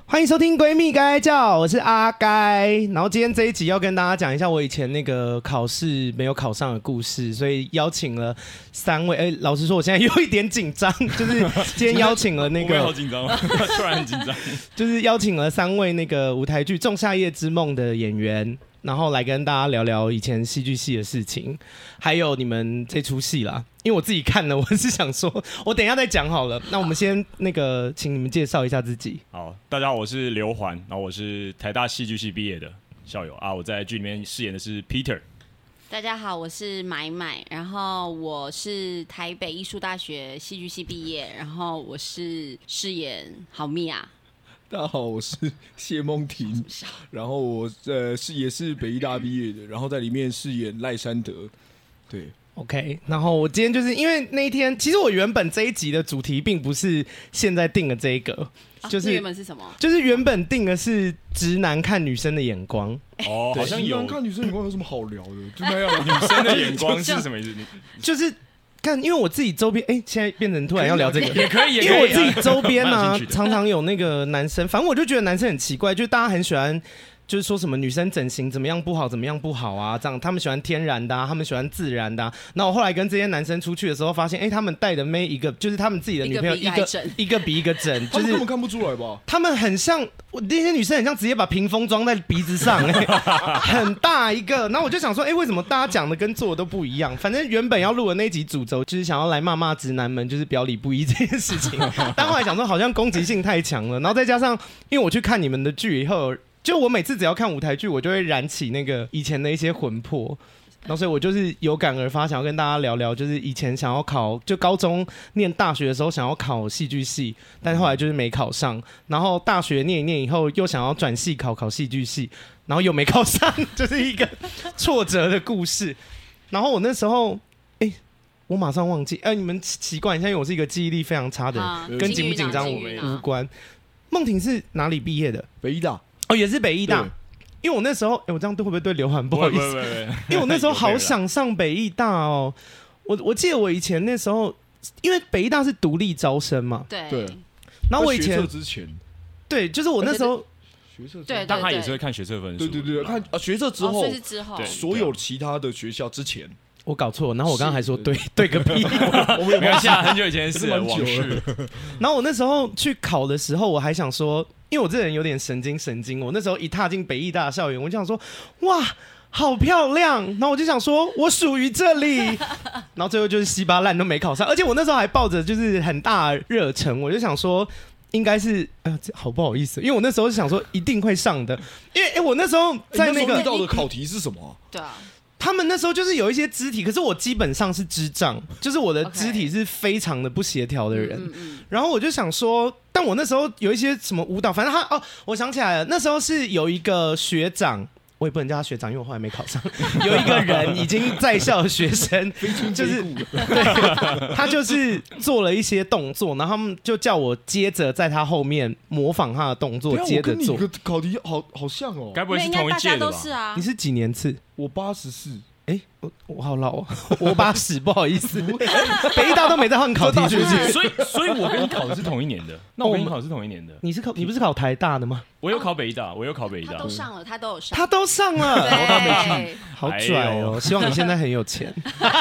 欢迎收听闺蜜该该叫，我是阿该。然后今天这一集要跟大家讲一下我以前那个考试没有考上的故事，所以邀请了3位。老实说，我现在有一点紧张，就是今天邀请了那个， 我也好紧张，突然很紧张， 就是邀请了3位那个舞台剧《仲夏夜之梦》的演员。然后来跟大家聊聊以前戏剧系的事情，还有你们这出戏啦。因为我自己看了，我是想说，我等一下再讲好了。那我们先那个，请你们介绍一下自己。 好，大家好，我是刘环，然后我是台大戏剧系毕业的校友啊。我在剧里面饰演的是 Peter。 大家好，我是买买，然后我是台北艺术大学戏剧系毕业，然后我是饰演郝米娅。 大家好，我是谢梦婷，然后我也是北艺大毕业的，然后在里面饰演赖山德。对 ，OK。然后我今天就是因为那一天，其实我原本这一集的主题并不是现在定的这一个，就是原本是什么？ 就是原本定的是直男看女生的眼光。 哦，好像有看女生眼光有什么好聊的？就那样， 女生的眼光是什么意思？ 就是看，因为我自己周边，现在变成突然要聊这个， 也可以， 因为我自己周边啊，常常有那个男生，反正我就觉得男生很奇怪，就是大家很喜欢。就是说什么女生整形怎么样不好，怎么样不好啊？这样他们喜欢天然的啊，他们喜欢自然的啊。那我后来跟这些男生出去的时候，发现，他们带的妹一个就是他们自己的女朋友一个比一个整，就是他们根本看不出来吧？ 他们很像那些女生，很像直接把屏风装在鼻子上，很大一个。然后我就想说，为什么大家讲的跟做的都不一样？反正原本要录的那一集主轴就是想要来骂直男们，就是表里不一这件事情。但后来想说，好像攻击性太强了。然后再加上，因为我去看你们的剧以后。就我每次只要看舞台剧，我就会燃起那个以前的一些魂魄，然后所以我就是有感而发，想要跟大家聊聊，就是以前想要考，就高中念大学的时候想要考戏剧系，但是后来就是没考上，然后大学念一念以后又想要转系考戏剧系，然后又没考上，就是一个挫折的故事。然后我那时候，我马上忘记，你们习惯一下，因为我是一个记忆力非常差的人，跟紧不紧张无关。梦婷是哪里毕业的？ 北艺大。 也是北艺大，因为我那时候，我这样会不会对刘涵不好意思？因为我那时候好想上北艺大哦。我记得我以前那时候，因为北艺大是独立招生嘛， 对。 然后我以前学测之前， 对，就是我那时候学测， 对， 但他也是会看学测分数， 对，看学测之后， 对， 所有其他的学校之前。 我搞错，然后我刚刚还说对个屁， 我们没关系啊，很久以前的事，往事。 然后我那时候去考的时候，我还想说，因为我这人有点神经，我那时候一踏进北艺大的校园，我就想说，哇，好漂亮，然后我就想说我属于这里，然后最后就是稀巴烂都没考上，而且我那时候还抱着就是很大的热忱，我就想说。应该是好不好意思，因为我那时候是想说一定会上的，因为我那时候在那个遇到的考题是什么？ 对啊， 他们那时候就是有一些肢体，可是我基本上是智障，就是我的肢体是非常的不协调的人。然后我就想说，但我那时候有一些什么舞蹈，反正我想起来了，那时候是有一个学长。我也不能叫他学长，因为我后来没考上。有一个人已经在校的学生，就是对，他就是做了一些动作，然后他们就叫我接着在他后面模仿他的动作，接着做。 我跟你的考题好像哦， 该不会是同一届的吧？ 大家都是啊。 你是几年次？ 我84。 我好老啊！我80，不好意思，北艺大都没在换考题，是不是？ 所以我跟你考的是同一年的。那我跟你考的是同一年的。 你不是考台大的吗？ 我有考北艺大， 他都上了，他都有上， 他都上了， 他没去，好拽哦！希望你现在很有钱。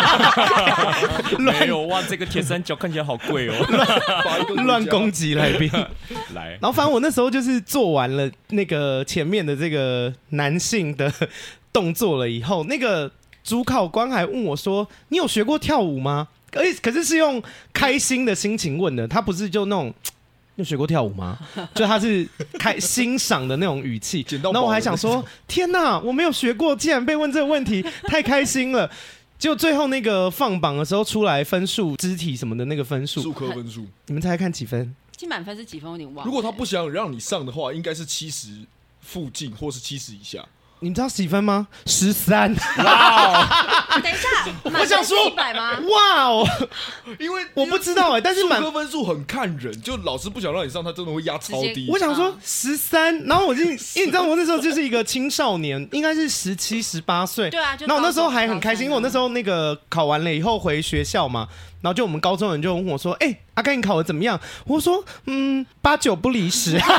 没有哇，这个铁三角看起来好贵哦， 乱攻击来宾。 来， 然后反正我那时候就是做完了那个前面的这个男性的动作了以后，那个。主考官还问我说：“你有学过跳舞吗？”可是用开心的心情问的，他不是就那种“你有学过跳舞吗？”就他是欣赏的那种语气。然后我还想说：“天哪，我没有学过，竟然被问这个问题，太开心了！”结果最后那个放榜的时候出来分数、肢体什么的那个分数， 数科分数， 你们猜看几分？ 基满分是几分？我有点忘了。 如果他不想让你上的话，应该是70附近，或是70以下。 你们知道几分吗？13。 哇！ 等一下， 我想说 100吗？ 哇哦， 因为我不知道但是数科分数很看人，就老师不想让你上，他真的会压超低。 我想说13，然后因为你知道我那时候就是一个青少年，应该是17、18岁。 对啊， 然后我那时候还很开心，因为我那时候那个考完了以后回学校嘛，然后就我们高中人就问我说：“阿甘你考得怎么样？”我说：“8、9不离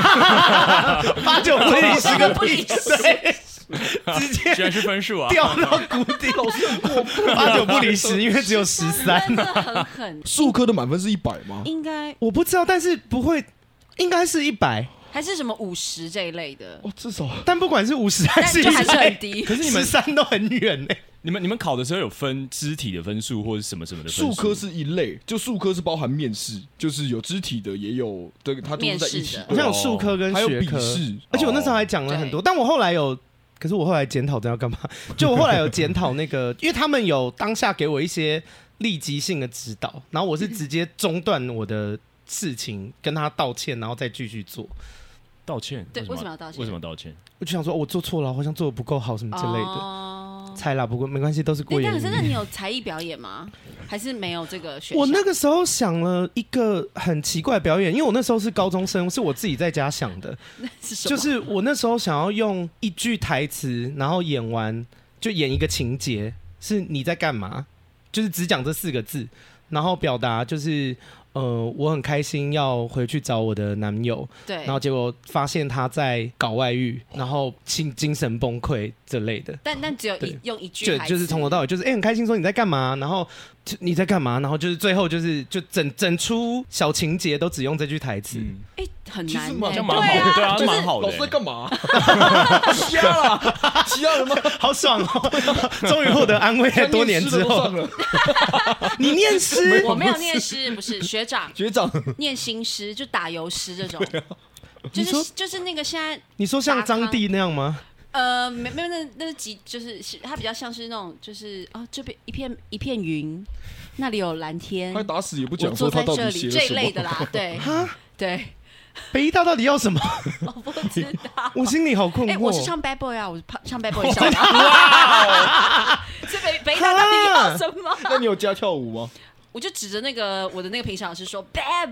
10。”8、9不离10个屁，对，直接居然是分数啊， 掉到谷底。老师很过分，8、9不离10，因为只有13。 真的很狠。 数科的满分是100吗？ 应该我不知道，但是不会，应该是100。 还是什么50这一类的， 至少。 但不管是50还是但就还是很低。 可是你们 13都很远呢。 你们考的时候有分肢体的分数或者什么什么的分数？ 数科是一类，就数科是包含面试，就是有肢体的，也有它都是在一起。 好像有数科跟还有学科， 笔试， 而且我那时候还讲了很多，但我后来有。可是我后来检讨这要干嘛？就我后来有检讨那个，因为他们有当下给我一些立即性的指导，然后我是直接中断我的事情，跟他道歉，然后再继续做。 道歉？ 对，为什么要道歉？ 为什么道歉？ 我就想说，我做错了，好像做的不够好，什么之类的。猜啦，不过没关系，都是过眼云烟。 但是你有才艺表演吗？还是没有这个学校？ 我那个时候想了一个很奇怪的表演，因为我那时候是高中生，是我自己在家想的。 是什么？ 就是我那时候想要用一句台词，然后演完就演一个情节，是你在干嘛？就是只讲这4个字，然后表达就是我很开心要回去找我的男友， 对， 然后结果发现他在搞外遇，然后精神崩溃这类的。 但只有用一句台词， 就是从头到尾就是很开心说你在干嘛，然后你在干嘛，然后就是最后就整出小情节都只用这句台词。 很难， 好像蛮好，对啊，蛮好的。 老师在干嘛？瞎了，其他人吗？ 好爽哦！终于获得安慰，多年之后。你念诗？ 我没有念诗，不是学长念新诗，就打油诗这种。就是那个现在， 你说像张帝那样吗？ 没有，那是就是它比较像是那种，就是这边一片云，那里有蓝天。 他打死也不讲说他到底写了什么这一类的啦，对对。 北医大到底要什么？ 我不知道， 我心里好困惑。 我是唱 Bad Boy 啊，我是唱 Bad Boy 校的。哇！是北医大到底要什么？ 那你有加跳舞吗？ 我就指着我的那个评审老师说 Bad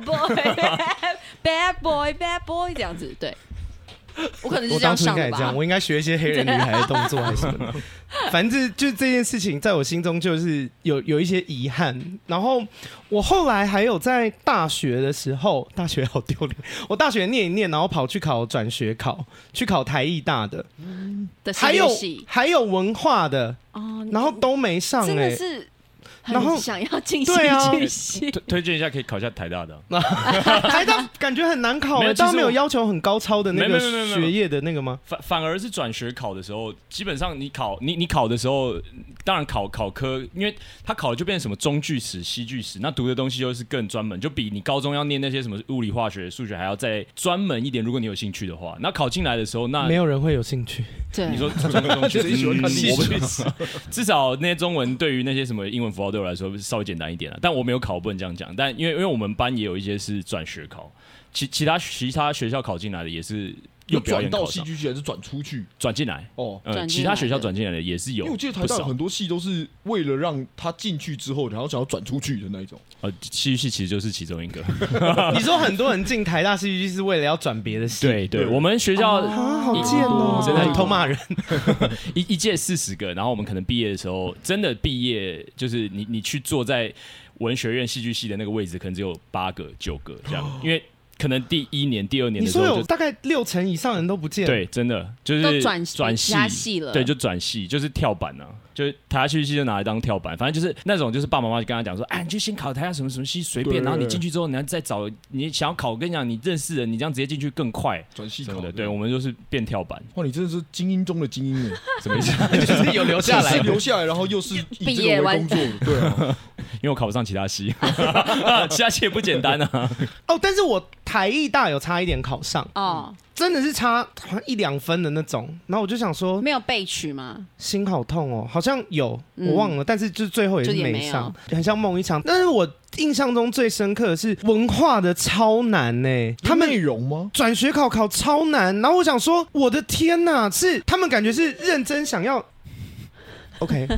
Boy，Bad Boy，Bad Boy 这样子，对。我可能是这样上的吧， 我应该学一些黑人女孩的动作还是什么的。反正就这件事情，在我心中就是有一些遗憾。然后我后来还有在大学的时候，大学好丢脸，我大学念一念，然后跑去考转学考，去考台艺大的，还有文化的，然后都没上， 真的是。然后想要进戏剧系， 推荐一下可以考一下台大的。 台大感觉很难考，大家没有要求很高超的那个学业的那个吗？ 反而是转学考的时候，基本上你考的时候，当然考科，因为他考的就变成什么中句史、西句史，那读的东西又是更专门，就比你高中要念那些什么物理、化学、数学还要再专门一点。如果你有兴趣的话，那考进来的时候，那没有人会有兴趣。 对， 你说中谁喜欢看历史？ 至少那些中文对于那些什么英文符号对我来说稍微简单一点了，但我没有考，不能这样讲。但因为我们班也有一些是转学考，其他学校考进来的也是用表演考上。 转到戏剧系还是转出去？ 转进来哦，其他学校转进来的也是有。 因为我记得台大很多系都是为了让他进去之后，然后想要转出去的那一种。 戏剧系其实就是其中一个。 你说很多人进台大戏剧系是为了要转别的系？ 对，我们学校好贱哦，真的偷骂人。 一届40个，然后我们可能毕业的时候，真的毕业就是你去坐在文学院戏剧系的那个位置，可能只有8个、9个这样，因为。可能第1年、第2年的时候， 你说有大概60%以上人都不见， 对，真的就是转系了， 对，就转系，就是跳板啊，就是台大戏剧系就拿来当跳板，反正就是那种，就是爸爸妈妈就跟他讲说，你就先考台大什么什么系随便，然后你进去之后，你要再找你想要考，我跟你讲，你认识人，你这样直接进去更快， 转系考的，对，我们就是变跳板。 哇，你真的是精英中的精英耶， 什么意思？ 就是有留下来， 然后又是以这个为工作的，对啊， 因为我考不上其他系，其他系也不简单啊。 但是我台艺大有差一点考上真的是差1-2分的那种。然后我就想说， 没有备取吗？ 心好痛哦，好像有，我忘了，但是就是最后也是没上，很像梦一场。但是我印象中最深刻的是文化的超难呢，他们内容吗？ 转学考超难。然后我想说，我的天哪，是他们感觉是认真想要。 OK，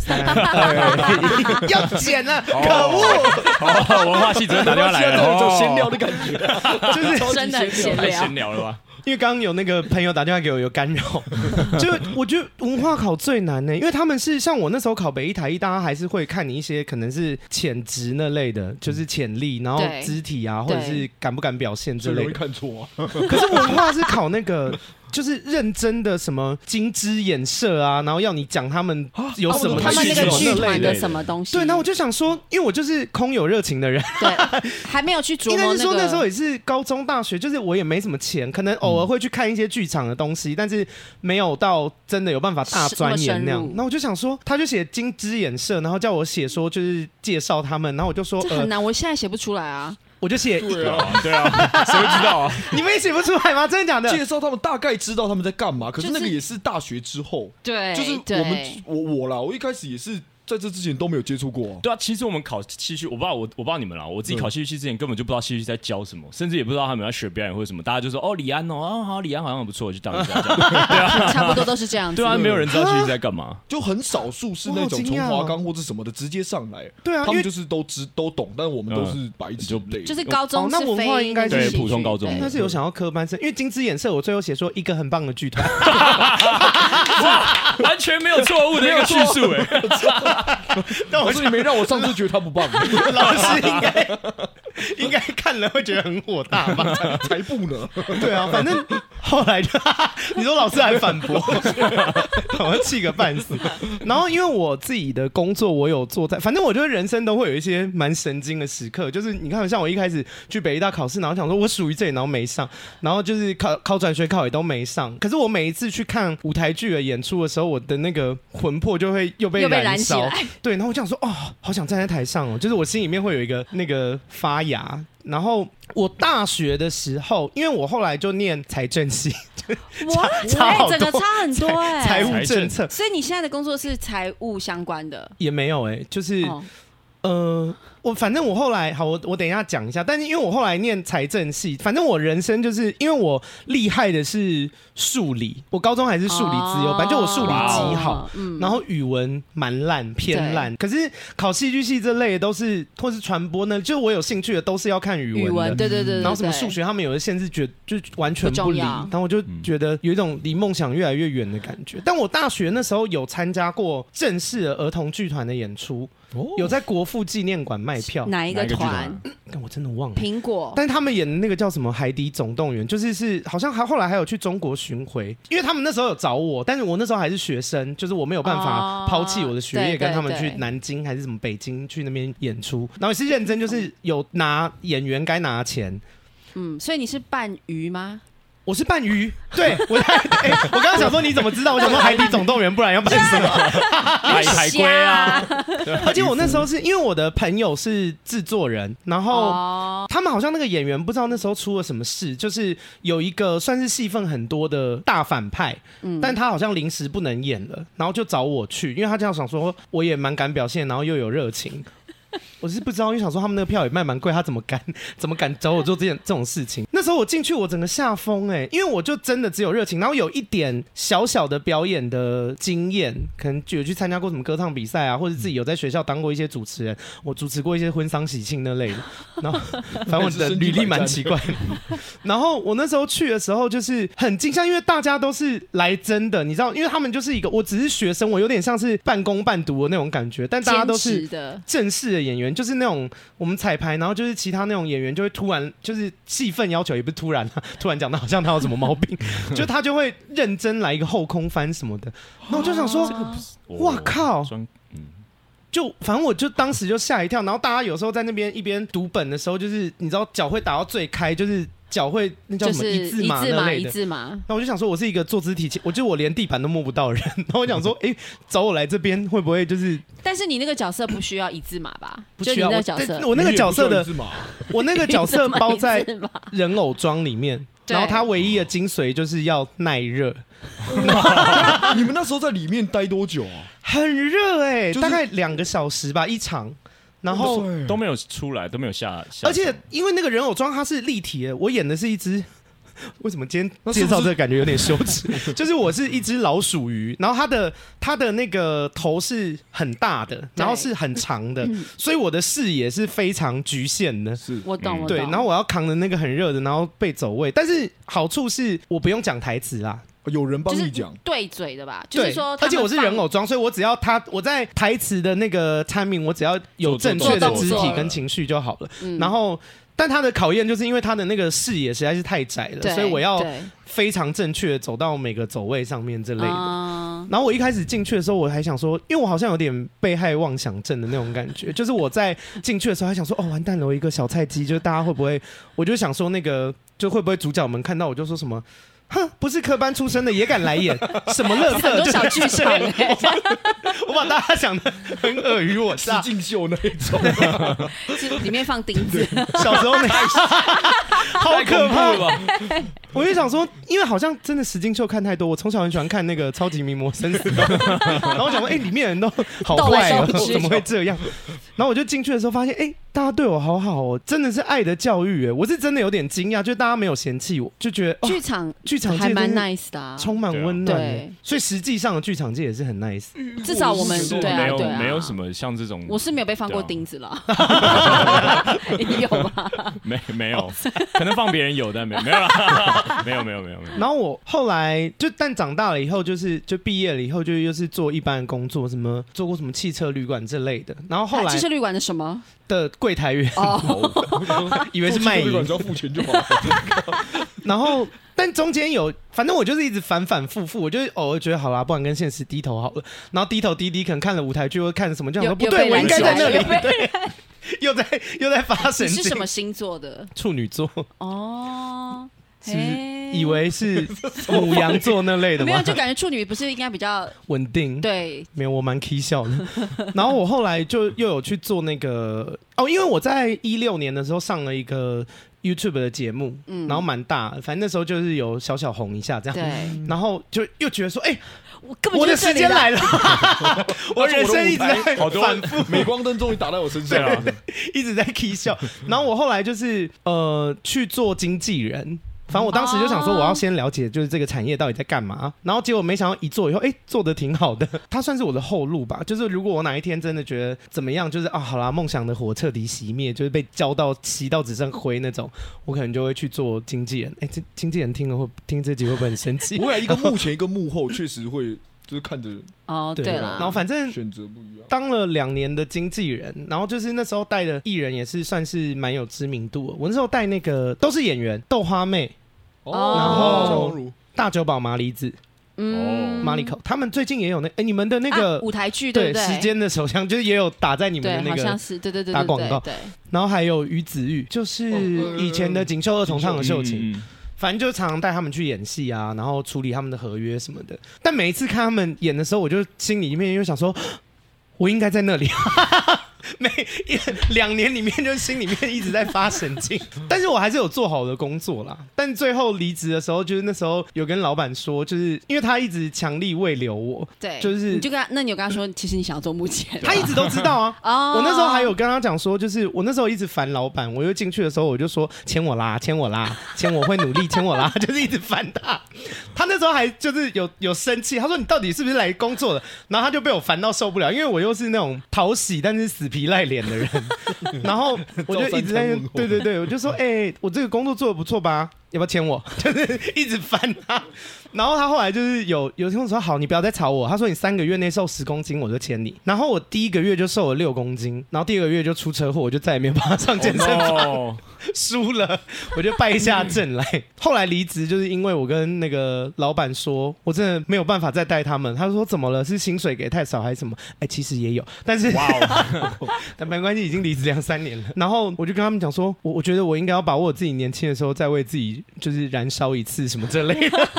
3、2、1，要剪了，可恶！ 文化系直接打电话来了， 有种闲聊的感觉， 就是真的很闲太聊闲聊了吧？ 因为刚刚有那个朋友打电话给我，有干扰，就我觉得文化考最难呢，因为他们是像我那时候考北一台一，大家还是会看你一些可能是潜质那类的，就是潜力，然后肢体啊，或者是敢不敢表现之类的。 容易看错啊。 可是文化是考那个。就是认真的什么金枝演射啊，然后要你讲他们有什么他们那个剧团的的什么东西。 对，那我就想说，因为我就是空有热情的人， 对，还没有去琢磨、 应该是说那时候也是高中大学，就是我也没什么钱，可能偶尔会去看一些剧场的东西，但是没有到真的有办法大钻研那样。那我就想说，他就写金枝演射，然后叫我写说就是介绍他们，然后我就说这很难，我现在写不出来啊。 我就写对啊，谁会知道啊？ 你们也写不出来吗？真的假的？ 介绍他们大概知道他们在干嘛，可是那个也是大学之后， 对， 就是我啦，我一开始也是。在这之前都没有接触过、啊。 对啊，其实我们考戏剧，我不知道你们啦，我自己考戏剧系之前根本就不知道戏剧系在教什么，甚至也不知道他们要学表演或者什么，大家就说李安好，李安好像很不错，我去当一下，对啊， 差不多都是这样子。 对啊，没有人知道戏剧在干嘛， 就很少数是那种从华冈或者什么的直接上来， 对啊， 他们就是都懂，但是我们都是白纸类， 就是高中那文化应该是普通高中， 应该是有想要科班生，因为金枝演射，我最后写说一个很棒的剧团， 哇，完全没有错误的一个叙述但我是你没让我上次觉得他不棒， 老师应该看了会觉得很火大吧？ 才不呢。 对啊，反正后来就你说老师还反驳，我要气个半死。然后因为我自己的工作，我有做在，反正我觉得人生都会有一些蛮神经的时刻，就是你看，像我一开始去北医大考试，然后想说我属于这里，然后没上，然后就是考转学考也都没上。可是我每一次去看舞台剧的演出的时候，我的那个魂魄就会又被燃烧。对，然后我就想说，好想站在台上哦，就是我心里面会有一个那个发芽。然后我大学的时候，因为我后来就念财政系， 差好多，整个差很多财务政策。 所以你现在的工作是财务相关的？ 也没有就是。反正我后来好，我等一下讲一下。但是因为我后来念财政系，反正我人生就是因为我厉害的是数理，我高中还是数理资优班，就我数理极好，然后语文蛮烂偏烂。可是考戏剧系这类都是或是传播呢，就我有兴趣的都是要看语文的， 对。 然后什么数学他们有的限制，就完全不理。然后我就觉得有一种离梦想越来越远的感觉。但我大学那时候有参加过正式的儿童剧团的演出。有在国父纪念馆卖票， 哪一个团？ 我真的忘了。 苹果， 但是他们演的那个叫什么《海底总动员》，就是好像后来还有去中国巡回，因为他们那时候有找我，但是我那时候还是学生，就是我没有办法抛弃我的学业，跟他们去南京还是什么北京去那边演出，然后也是认真，就是有拿演员该拿的钱。 所以你是扮鱼吗？ 我是扮鱼，对我刚刚想说你怎么知道？我想说海底总动员，不然要扮什么？ 海龟啊！ 而且我那时候是因为我的朋友是制作人，然后他们好像那个演员不知道那时候出了什么事，就是有一个算是戏份很多的大反派，但他好像临时不能演了，然后就找我去，因为他这样想说我也蛮敢表现，然后又有热情。我是不知道，因为想说他们那个票也卖蛮贵，他怎么敢找我做这种事情？那时候我进去，我整个吓疯因为我就真的只有热情，然后有一点小小的表演的经验，可能有去参加过什么歌唱比赛啊，或者自己有在学校当过一些主持人，我主持过一些婚丧喜庆那类的。然后反正我的履历蛮奇怪的。然后我那时候去的时候就是很惊吓，因为大家都是来真的，你知道，因为他们就是一个我只是学生，我有点像是半工半读的那种感觉，但大家都是正式的演员。就是那种我们彩排，然后就是其他那种演员就会突然就是戏份要求也不是突然讲的好像他有什么毛病，就他就会认真来一个后空翻什么的，那我就想说，哇靠！就反正我就当时就吓一跳，然后大家有时候在那边一边读本的时候，就是你知道脚会打到最开，就是脚会那叫什么一字马那类的，那我就想说，我是一个坐姿体，我连地板都摸不到的人，然后我想说，找我来这边会不会就是？ 但是你那个角色不需要一字马吧？ 不需要。 就你那个角色， 我那个角色的，我那个角色包在人偶装里面，然后他唯一的精髓就是要耐热。 你们那时候在里面待多久啊？ 很热大概2个小时吧一场。然后都没有出来，都没有下。 而且因为那个人偶装它是立体的，我演的是一只为什么今天介绍这个感觉有点羞耻？就是我是一只老鼠鱼，然后它的那个头是很大的，然后是很长的，所以我的视野是非常局限的。 是我懂， 对，然后我要扛着那个很热的，然后被走位，但是好处是我不用讲台词啦。 有人帮你讲， 对嘴的吧？就是说， 而且我是人偶装，所以我只要我在台词的那个 timing， 我只要有正确的肢体跟情绪就好了。然后，但他的考验就是因为他的那个视野实在是太窄了，所以我要非常正确的走到每个走位上面之类的。然后我一开始进去的时候，我还想说，因为我好像有点被害妄想症的那种感觉，就是我在进去的时候还想说，哦，完蛋了，我一个小菜鸡，就是大家会不会？我就想说那个，就会不会主角们看到我就说什么？哼，不是科班出身的也敢来演，什么乐色？ 很多小剧场我把大家想的很尔虞我诈， 实境秀那一种， 里面放钉子。 小时候那好可怕吧？我就想说，因为好像真的实境秀看太多，我从小很喜欢看那个《超级名模生死斗》，然后我想说，里面人都好坏哦，怎么会这样？然后我就进去的时候发现，大家对我好好哦，真的是爱的教育。我是真的有点惊讶，就大家没有嫌弃我，就觉得剧场界还蛮 nice 的， 充满温暖。 对， 所以实际上的剧场界也是很 nice。 至少我们没有什么像这种， 我是没有被放过钉子啦。你有吗？ 没有，可能放别人有，但没有啦，没有。 然后我后来但长大了以后，就毕业了以后，就又是做一般的工作，什么做过什么汽车旅馆之类的。然后后来汽车旅馆的什么的柜台员，以为是卖淫， 只要付钱就好了。 然后，但中间反正我就是一直反反复复，我就偶尔觉得好啦，不然跟现实低头好了。然后低头低，可能看了舞台剧或看什么，就想说不对，我应该在那里。对，又在发神经。 你是什么星座的？ 处女座。 哦。 以为是牡羊座那类的吗？ 没有，就感觉处女不是应该比较稳定？ 对， 没有，我蛮 k 笑的。然后我后来就又有去做那个因为我在2016年的时候上了一个 YouTube 的节目，然后蛮大，反正那时候就是有小红一下这样。 对， 然后就又觉得说， 我的时间来了，我人生一直在反复， 镁光灯终于打在我身上了， 一直在 k 笑。然后我后来就是去做经纪人。反正我当时就想说，我要先了解就是这个产业到底在干嘛，然后结果没想到一做以后，做得挺好的。它算是我的后路吧，就是如果我哪一天真的觉得怎么样，就是好啦，梦想的火彻底熄灭，就是被浇到熄到只剩灰那种，我可能就会去做经纪人。这经纪人听这集会不会很生气？ 不会，一个幕前一个幕后，确实会就是看着对啦。 然后反正选择不一样， 当了2年的经纪人，然后就是那时候带的艺人也是算是蛮有知名度的。我那时候带那个都是演员，豆花妹。然后大久保麻里子，马里口，他们最近也有你们的那个舞台剧，对不对？ 时间的首相就是也有打在你们的那个， 好像是对打广告。然后还有于子玉，就是以前的锦绣二重唱的秀琴，反正就常常带他们去演戏啊，然后处理他们的合约什么的。但每一次看他们演的时候，我就心里面又想说，我应该在那里。2年里面，就心里面一直在发神经，但是我还是有做好我的工作啦。但最后离职的时候，就是那时候有跟老板说，就是因为他一直强力慰留我， 对， 就是你有跟他说，其实你想要做幕前， 他一直都知道啊。我那时候还有跟他讲说，就是我那时候一直烦老板，我又进去的时候我就说签我啦，签我啦，签我会努力，签我啦，就是一直烦他。他那时候还就是有生气，他说你到底是不是来工作的？然后他就被我烦到受不了，因为我又是那种讨喜但是死皮赖脸的人，然后我就一直在对，我就说我这个工作做得不错吧，要不要签我？就是一直烦他。然后他后来就是有天说好，你不要再吵我。他说你3个月内瘦10公斤，我就签你。然后我第1个月就瘦了6公斤，然后第2个月就出车祸，我就再也没有办法上健身房，输了，我就败下阵来。后来离职就是因为我跟那个老板说，我真的没有办法再带他们。他说怎么了？是薪水给太少还是什么？其实也有，但是但没关系，已经离职2-3年了。然后我就跟他们讲说，我觉得我应该要把握自己年轻的时候再为自己就是燃烧一次什么之类的。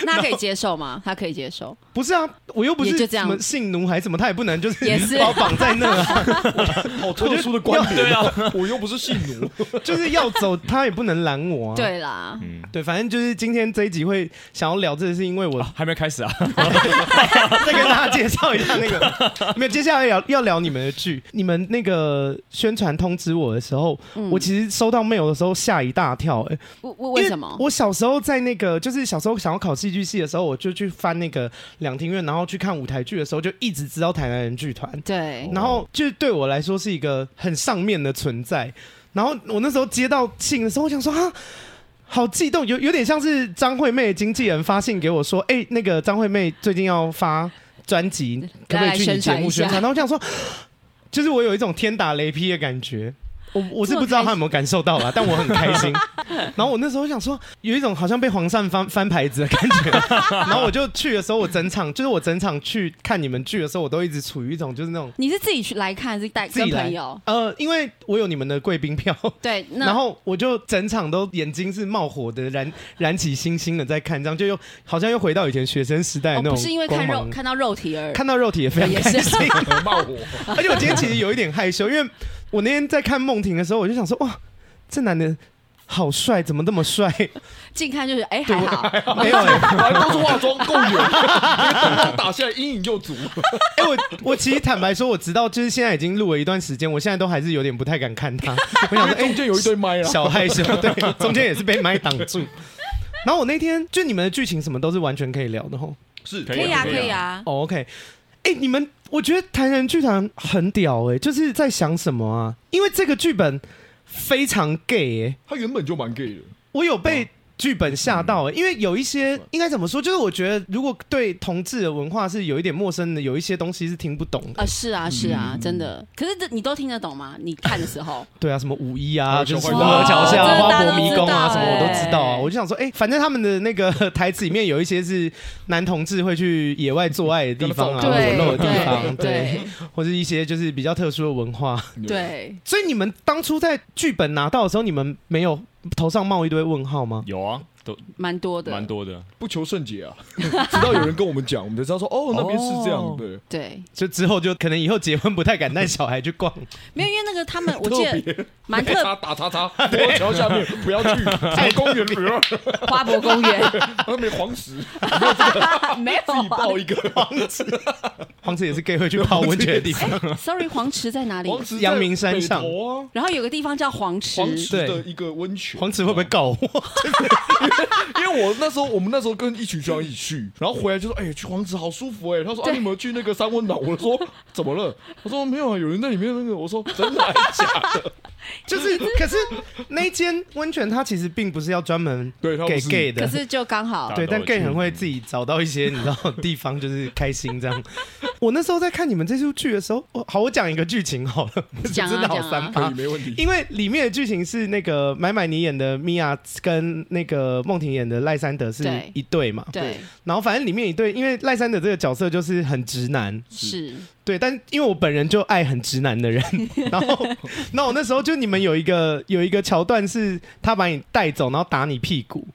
那他可以接受吗？他可以接受？ 不是啊，我又不也就是这样什么性奴还什么，他也不能就是也是把我绑在那啊， 好特殊的观点。 对啊， 我又不是性奴。 就是要走他也不能拦我啊。 对啦， 对，反正就是今天这一集会想要聊这个，是因为我还没开始啊， 再跟大家介绍一下那个，没有，接下来要聊你们的剧。你们那个宣传通知我的时候，我其实收到 mail 的时候吓一大跳， 为什么？ 我小时候在那个，就是小时候想要考戏剧系的时候，我就去翻那个两厅院，然后去看舞台剧的时候，就一直知道台南人剧团。 对， 然后就对我来说是一个很上面的存在。然后我那时候接到信的时候，我想说啊。好激动，有点像是张惠妹的经纪人发信给我说，那个张惠妹最近要发专辑，可不可以去你节目宣传？然后我想说，就是我有一种天打雷劈的感觉。我是不知道他有没有感受到啦，但我很开心。然后我那时候想说，有一种好像被皇上翻牌子的感觉。然后我就去的时候，我整场去看你们剧的时候，我都一直处于一种就是那种。 你是自己去来看，还是带跟朋友？ 因为我有你们的贵宾票。 对， 然后我就整场都眼睛是冒火的，燃起星星的在看，这样就好像又回到以前学生时代的那种。 不是因为看到肉体而看到肉体也非常开心， 冒火。 而且我今天其实有一点害羞，因为我那天在看梦婷的时候，我就想说，哇，这男的好帅，怎么这么帅？ 近看就是还好， 没有都是化妆够远，灯光打下来阴影就足。 我其实坦白说，我直到就是现在已经录了一段时间，我现在都还是有点不太敢看他。我想说， 中间有一堆麦啊， 小害羞，对，中间也是被麦挡住。然后我那天就你们的剧情什么都是完全可以聊的吼， 是可以啊。 OK， 你们。我觉得台南剧团很屌就是在想什么啊？因为这个剧本非常 gay 他原本就蛮 gay 的。 我有被剧本吓到因为有一些应该怎么说？就是我觉得如果对同志的文化是有一点陌生的，有一些东西是听不懂的。 是啊，真的。可是你都听得懂吗？你看的时候？ 对啊，什么五一啊，就是河桥下、花博迷宫啊，什么我都知道啊。我就想说，反正他们的那个台词里面有一些是男同志会去野外做爱的地方啊，裸露的地方，对，或者一些就是比较特殊的文化。 对。 所以你们当初在剧本拿到的时候，你们没有头上冒一堆问号吗？ 有啊，都蛮多的， 不求甚解啊。直到有人跟我们讲，我们才知道说，那边是这样， 对。 就之后就可能以后结婚不太敢带小孩去逛。 没有，因为那个他们我记得蛮特打叉，国桥下面不要去，公园不要， 花博公园， 那边黄石， 没有自己报一个黄池也是 gay 会去泡温泉的地方。 Sorry， 黄池在哪里？ 阳明山上然后有个地方叫黄池的一个温泉。 黄池会不会告我？ 因为我们那时候跟一群学长一起去，然后回来就说，去黄池好舒服他说你有没有去那个三温暖？我说怎么了？他说没有啊，有人在里面那个。我说真的还是假的？ 就是可是那间温泉它其实并不是要专门给 gay 的， 可是就刚好对，但 gay 很会自己找到一些你知道地方就是开心这样。我那时候在看你们这出剧的时候，我讲一个剧情好了， 讲真的好三八， 没问题。 因为里面的剧情是那个买你演的米娅跟那个梦婷演的赖山德是一对嘛， 对。 然后反正里面一对，因为赖山德这个角色就是很直男， 是。 对，但因为我本人就爱很直男的人，然后我那时候就你们有一个桥段是他把你带走，然后打你屁股。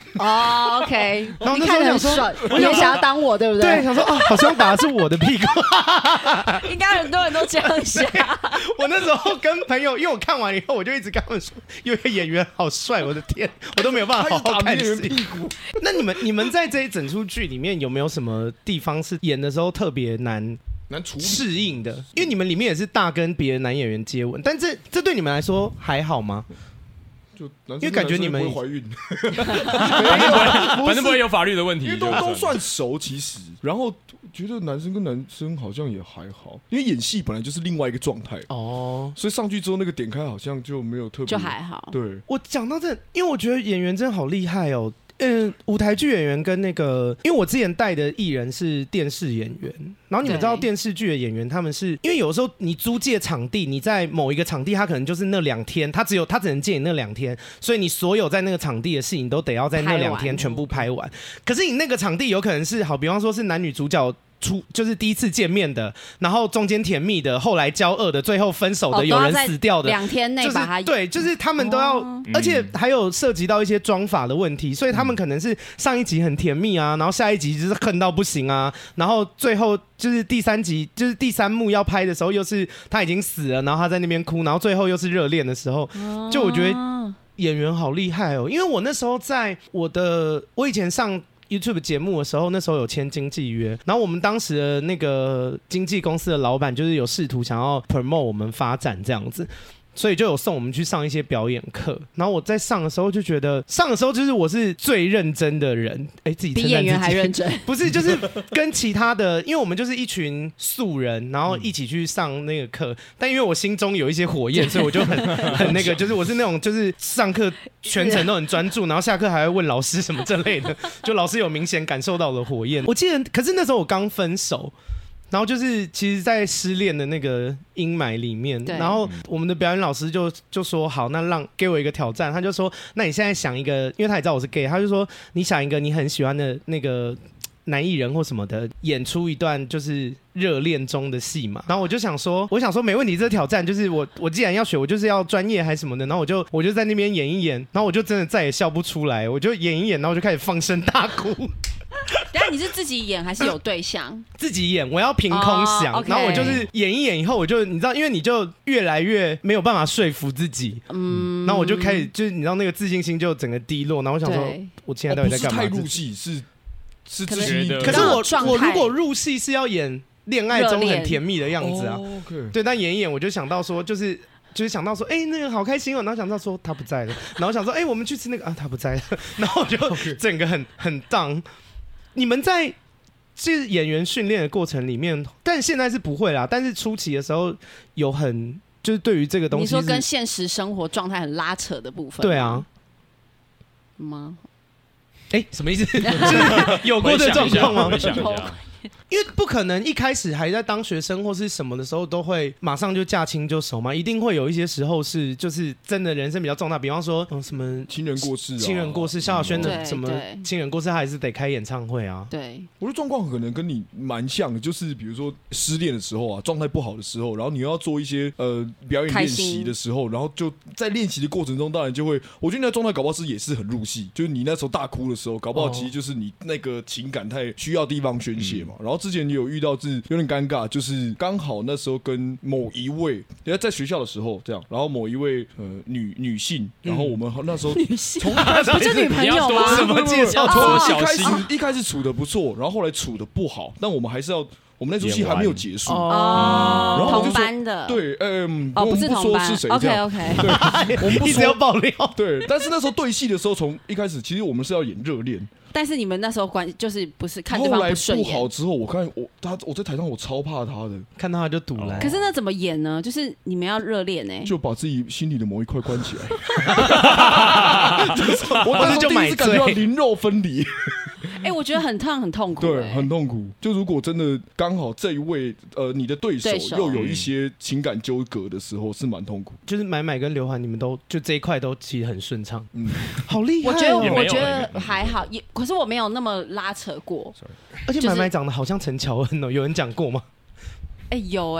OK。 然后那时候想说， 我也想要当我，对不对？ 对，想说好像打的是我的屁股。 应该很多人都这样想。 我那时候跟朋友，因为我看完以后，我就一直跟他们说，有一个演员好帅，我的天，我都没有办法好好看戏。那你们在这一整出剧里面有没有什么地方是演的时候特别难适应的？因为你们里面也是大跟别的男演员接吻，但这对你们来说还好吗？因为感觉你们不会怀孕， 反正不会有法律的问题， 因为都算熟其实。然后觉得男生跟男生好像也还好，因为演戏本来就是另外一个状态所以上去之后那个点开好像就没有特别， 就还好。 对，我讲到这，因为我觉得演员真的好厉害哦。舞台剧演员跟那个，因为我之前带的艺人是电视演员，然后你们知道电视剧的演员，他们是因为有时候你租借场地，你在某一个场地，他可能就是那2天，他只能借你那2天，所以你所有在那个场地的事情都得要在那2天全部拍完。可是你那个场地有可能是好，比方说是男女主角就是第一次见面的，然后中间甜蜜的，后来交恶的，最后分手的，有人死掉的 ，2天内把他对，就是他们都要，而且还有涉及到一些妆法的问题，所以他们可能是上一集很甜蜜啊，然后下一集就是恨到不行啊，然后最后就是第3集就是第3幕要拍的时候，又是他已经死了，然后他在那边哭，然后最后又是热恋的时候，就我觉得演员好厉害哦，因为我那时候在我以前上YouTube 节目的时候，那时候有签经纪约，然后我们当时的那个经纪公司的老板就是有试图想要 promote 我们发展这样子。所以就有送我们去上一些表演课，然后我在上的时候就觉得，上的时候就是我是最认真的人，自己比演员还认真， 不是，就是跟其他的，因为我们就是一群素人，然后一起去上那个课，但因为我心中有一些火焰，所以我就很那个，就是我是那种就是上课全程都很专注，然后下课还会问老师什么之类的，就老师有明显感受到我的火焰。我记得，可是那时候我刚分手。然后就是其实在失恋的那个阴霾里面，然后我们的表演老师就说好，那给我一个挑战，他就说那你现在想一个，因为他也知道我是 gay， 他就说你想一个你很喜欢的那个男艺人或什么的，演出一段就是热恋中的戏嘛。然后我想说没问题，这个挑战就是我既然要学，我就是要专业还是什么的。然后我就在那边演一演，然后我就真的再也笑不出来，我就演一演，然后我就开始放声大哭。 等下你是自己演还是有对象？ 自己演，我要凭空想，然后我就是演一演以后，我就你知道，因为你就越来越没有办法说服自己，然后我就开始就是你知道那个自信心就整个低落，然后我想说，我现在到底在干嘛？ 不是太入戏，是自己。 可是我如果入戏是要演恋爱中很甜蜜的样子啊，对，但演一演我就想到说就是想到说，那个好开心哦，然后想到说他不在了，然后想说，我们去吃那个啊，他不在了，然后我就整个很down。你们在就是演员训练的过程里面，但现在是不会啦，但是初期的时候有就是对于这个东西， 你说跟现实生活状态很拉扯的部分， 对啊， 吗？ 什么意思？就是有过这状况吗？ 回想一下。 因为不可能一开始还在当学生或是什么的时候都会马上就驾轻就熟嘛，一定会有一些时候是就是真的人生比较重大，比方说什么亲人过世， 萧亚轩的什么亲人过世，他还是得开演唱会啊。 对， 我的状况可能跟你蛮像的，就是比如说失恋的时候啊，状态不好的时候，然后你又要做一些表演练习的时候，然后就在练习的过程中，当然就会，我觉得那状态搞不好也是很入戏，就是你那时候大哭的时候，搞不好其实就是你那个情感太需要地方宣泄嘛。然后之前也有遇到是有点尴尬，就是刚好那时候跟某一位在学校的时候这样，然后某一位女性，然后我们那时候女性不是女朋友吗？ 什么介绍？ 从一开始处的不错，然后后来处的不好，但我们还是要。我们那出戏还没有结束哦， 然后同班的对， 不是同班， 是谁 ？OK， 对，我们不一直要爆料。 对，但是那时候对戏的时候，从一开始其实我们是要演热恋， 但是你们那时候关系就是不是看对方不顺眼。 后来不好之后，我看我在台上我超怕他的， 看到他就堵了。 可是那怎么演呢？就是你们要热恋就把自己心里的某一块关起来。 我当时就第一次感觉到灵肉分离。 我觉得很痛苦， 对，很痛苦。就如果真的刚好这一位你的对手又有一些情感纠葛的时候，是蛮痛苦。 就是买跟刘涵，你们都就这一块都其实很顺畅，好厉害。 我觉得还好，可是我没有那么拉扯过。 而且买长得好像陈乔恩哦，有人讲过吗？ 有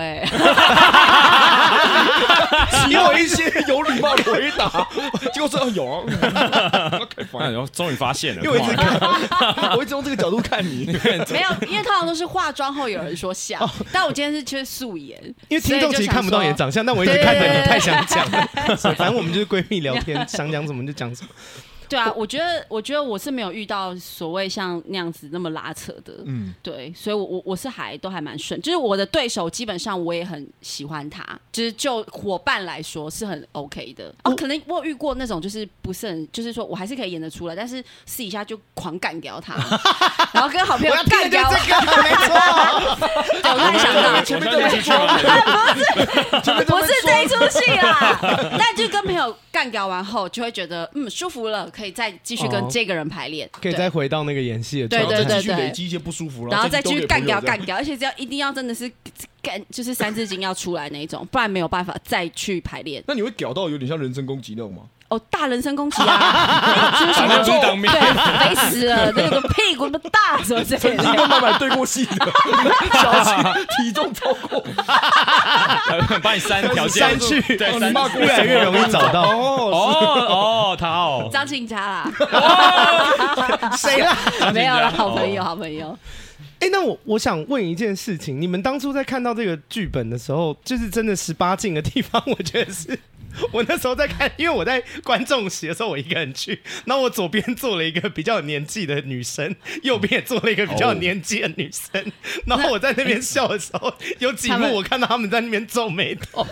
你有一些有礼貌的回答，结果是有啊， 然后终于发现了， 因为我一直看，我一直用这个角度看你， 没有，因为通常都是化妆后有人说像，但我今天是缺素颜， 因为听众其实看不到你的长相，但我一直看着你太想讲了，反正我们就是闺蜜聊天，想讲什么就讲什么。 对啊，我觉得我是没有遇到所谓像那样子那么拉扯的，对，所以我是都还蛮顺，就是我的对手基本上我也很喜欢他，就是就伙伴来说是很 OK 的。可能我有遇过那种就是不是很，就是说我还是可以演得出来，但是私底下就狂干掉他，然后跟好朋友干掉他， 没错， 我突然想到， 前面都没说， 不是这一出戏啦，但就跟朋友干掉完后，就会觉得舒服了。可以再继续跟这个人排练， 可以再回到那个演戏的状态，对， 继续累积一些不舒服， 然后再继续干掉，而且一定要真的是就是三字经要出来那一种，不然没有办法再去排练。 那你会屌到有点像人身攻击那种吗？ 大人身攻击啊，就是什么当面对，肥死了，那个屁股那么大，什么之类的。 跟麦麦对过戏的，小心体重超过， 把你删条件删去， 对， 你骂越来越容易找到。 他哦， 张庆佳啦， 谁啦？ 没有啦，好朋友。 哎，那我想问一件事情，你们当初在看到这个剧本的时候，就是真的18禁的地方，我觉得是。我那时候在看，因为我在观众席的时候，我一个人去，然后我左边坐了一个比较有年纪的女生，右边也坐了一个比较有年纪的女生，然后我在那边笑的时候，有几幕我看到他们在那边皱眉头，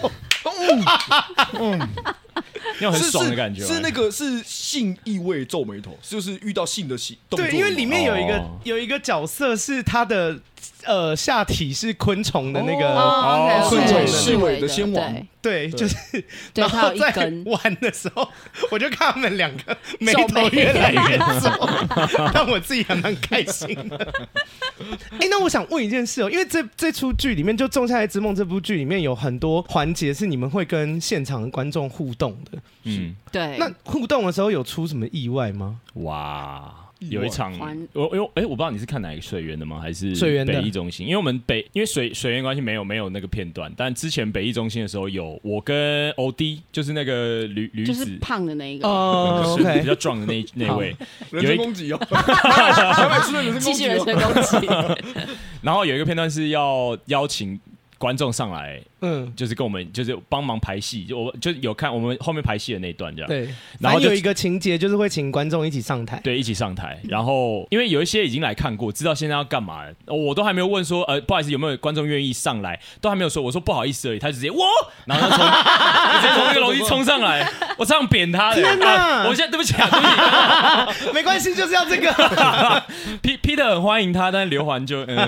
那种很爽的感觉， 是那个是性意味皱眉头，就是遇到性的动作。 对，因为里面有一个角色是他的下体是昆虫的那个昆虫视尾的先王。 对，就是， 然后在玩的时候，我就看他们两个眉头越来越皱，让我自己还蛮开心的。哎，那我想问一件事哦，因为这出剧里面，就《仲夏夜之梦》这部剧里面有很多环节是你们会跟现场的观众互动的， 对。 那互动的时候有出什么意外吗？ 哇！有一场，我不知道你是看哪个水源的吗？还是水源的北艺中心？因为我们因为水源关系没有那个片段，但之前北艺中心的时候有我跟欧弟，就是那个驴就是子， 胖的那一个比较壮的那位， 人身攻击哦， 继续人身攻击。 然后有一个片段是要邀请观众上来，就是跟我们就是帮忙排戏，我就有看我们后面排戏的那一段这样。 对， 然后有一个情节就是会请观众一起上台， 对，一起上台。然后因为有一些已经来看过，知道现在要干嘛了，我都还没有问说，不好意思，有没有观众愿意上来，都还没有说，我说不好意思而已，他就直接然后就直接从那个楼梯冲上来，我这样扁他的， 天哪！ 我现在对不起， 没关系，就是要这个。 Peter 很欢迎他，但是刘环就OK。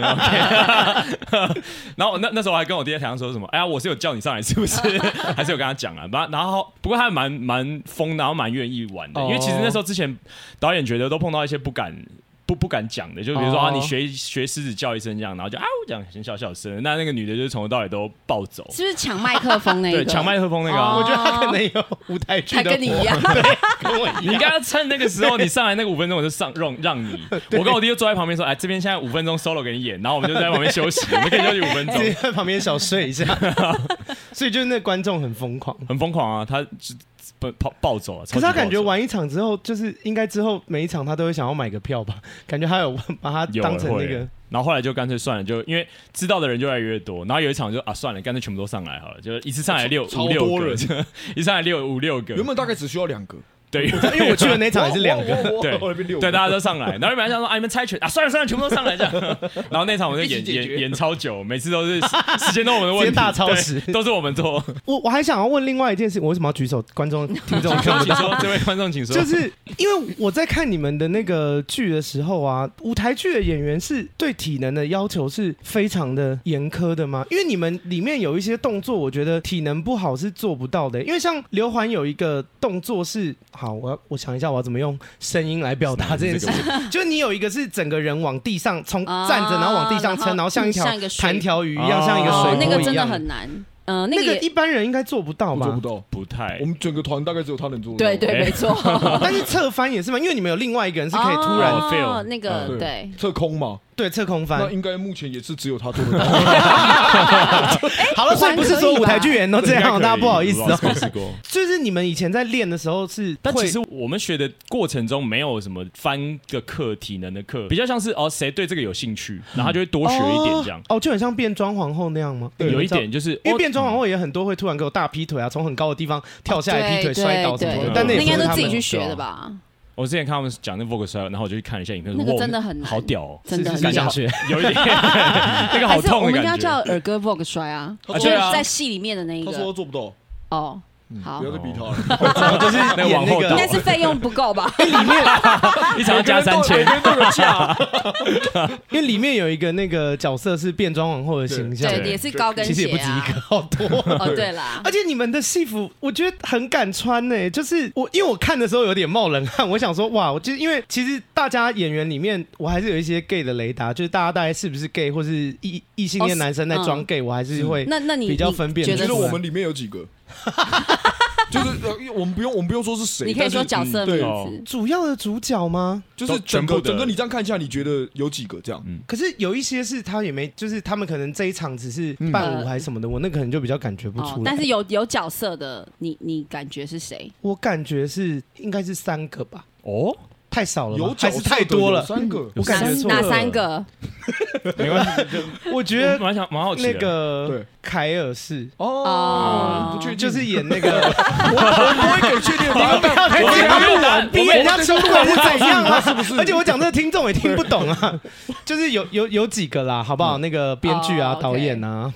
然后那时候我还跟我弟在台上说什么，哎呀，我是有叫你上来是不是？还是有跟他讲啊。然后不过他蛮疯，然后蛮愿意玩的，因为其实那时候之前导演觉得都碰到一些不敢讲的，就比如说你学狮子叫一声这样，然后就这样很小声。那个女的就是从头到尾都暴走， 是不是抢麦克风那个？ 对，抢麦克风那个我觉得他可能有舞台剧的， 他跟你一样， 对，跟我一样。 你应该要趁那个时候，你上来那个5分钟，我就让你。我跟我弟就坐在旁边说，哎，这边现在5分钟 solo 给你演，然后我们就在旁边休息，我们可以休息5分钟， 在旁边小睡一下。所以就是那观众很疯狂， 很疯狂啊，他暴走啊！ 可是他感觉玩一场之后，就是应该之后每一场他都会想要买个票吧？感觉他有把它当成那个， 然后后来就干脆算了，就因为知道的人就越来越多，然后有一场就算了，干脆全部都上来好了，就一次上来5、6个，一上来5、6个， 原本大概只需要2个。 对， 因为我去的那场也是2 个，对，大家都上来，然后本来想说你们猜拳算了，全部都上来这样，然后那场我们就演超久，每次都是时间都我们的问题， 大超时都是我们做。 我还想要问另外一件事，我为什么要举手？观众听众看不到， 这位观众请说。 就是因为我在看你们的那个剧的时候啊，舞台剧的演员是对体能的要求是非常的严苛的吗？因为你们里面有一些动作，我觉得体能不好是做不到的。因为像刘环有一个动作是，好，我想一下我要怎么用声音来表达这件事情。就是你有一个是整个人往地上从站着，然后往地上撑，然后像一条弹条鱼一样，像一个水波一样。 那个真的很难。 那个一般人应该做不到吧？ 做不到， 不太。 我们整个团大概只有他能做到。 对对，没错。 但是侧翻也是嘛，因为你们有另外一个人是可以突然 fail 那个对侧空嘛。 对，侧空翻， 那应该目前也是只有他做得到。 好了，所以不是说舞台剧演员都这样，大家不好意思哦。就是你们以前在练的时候是， 但其实我们学的过程中没有什么翻的课、体能的课，比较像是谁对这个有兴趣，然后他就会多学一点这样。 就很像变装皇后那样吗？ 有一点就是， 因为变装皇后也很多会突然给我大劈腿啊，从很高的地方跳下来劈腿摔倒什么的，但那应该都自己去学的吧。 我之前看他们讲那 Vogue 摔，然后我就去看了一下影片， 那个真的很难， 好屌哦， 真的很想学， 有一点那个好痛的感觉。 我们应该叫尔哥 Vogue 摔啊，就是在戏里面的那一个。 他说做不到。 哦。好， 不要再逼他了。 就是那往后， 应该是费用不够吧？ 里面一场要加 3000，因为里面有一个那个角色是变装皇后的形象， 对，也是高跟鞋， 其实也不止一个，好多。 哦，对啦， 而且你们的戏服我觉得很敢穿呢，就是因为我看的时候有点冒冷汗，我想说哇，就因为其实大家演员里面我还是有一些 gay 的雷达，就是大家大概是不是 gay 或是异性恋男生在装 gay，我还是会那你比较分辨。 觉得我们里面有几个？ 就是我们不用说是谁， 你可以说角色名字。 主要的主角吗？ 就是整个你这样看一下，你觉得有几个这样？ 可是有一些是他也没，就是他们可能这一场只是伴舞还是什么的，我那可能就比较感觉不出来。 但是有角色的，你感觉是谁？ 我感觉是应该是3个吧。 哦。 太少了， 有还是太多了 ？3个， 我感觉错了。哪3个？ 没关系， 我觉得蛮好奇的。 那个凯尔是哦， 不确定， 就是演那个， 我不会给确定的答案。 不要太完，逼人家出轨是怎样啊？ 是不是？ 而且我讲这个听众也听不懂啊，就是有几个啦，好不好？那个编剧啊、导演啊，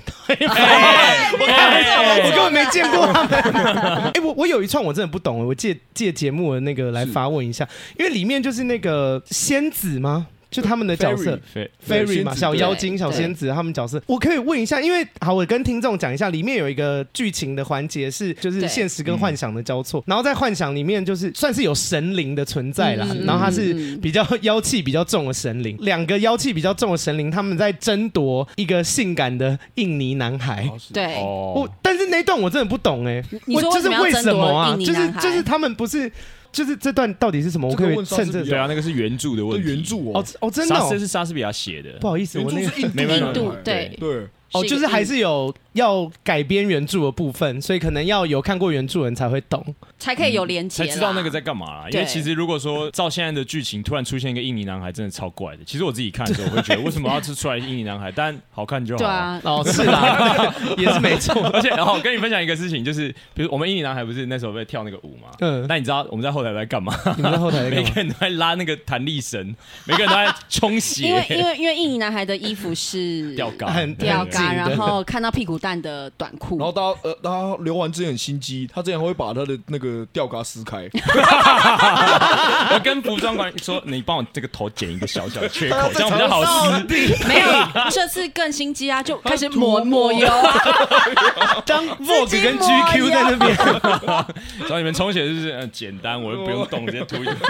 我根本没见过他们。哎，我有一串我真的不懂，我借节目的那个来发问一下，因为里面就是那个仙子吗？就他们的角色 ，Fairy 嘛，小妖精、小仙子，他们角色，我可以问一下，因为好，我跟听众讲一下，里面有一个剧情的环节是，就是现实跟幻想的交错，然后在幻想里面就是算是有神灵的存在啦，然后他是比较妖气比较重的神灵，2个妖气比较重的神灵，他们在争夺一个性感的印尼男孩， 对， 但是那一段我真的不懂哎， 你说就是为什么啊？ 就是他们不是。就是这段到底是什么？我可以趁着对啊，那个是原著的问题。 原著哦，真的哦， 这是莎士比亚写的。 不好意思，我那个印度对。 哦，就是还是有要改编原著的部分，所以可能要有看过原著的人才会懂， 才可以有连结， 才知道那个在干嘛啦。因为其实如果说照现在的剧情，突然出现一个印尼男孩，真的超怪的。其实我自己看的时候，我会觉得为什么要出来印尼男孩？但好看就好。 对啊， 是啦，也是没错。 而且，然后我跟你分享一个事情，就是比如我们印尼男孩不是那时候在跳那个舞嘛？但你知道我们在后台在干嘛？ 你们在后台在干嘛？ 每个人都在拉那个弹力绳，每个人都在冲血。 因为印尼男孩的衣服是吊嘎， 然后看到屁股蛋的短裤， 然后大家留完之前很心机，他这样会把他的那个吊嘎撕开。 我跟服装管理说，你帮我这个头剪一个小小的缺口，这样比较好撕。 没有，这次更心机啊，就开始抹油啊， 当 Vogue 跟 GQ 在那边， 然后你们冲血就是简单，我又不用动，直接涂一涂。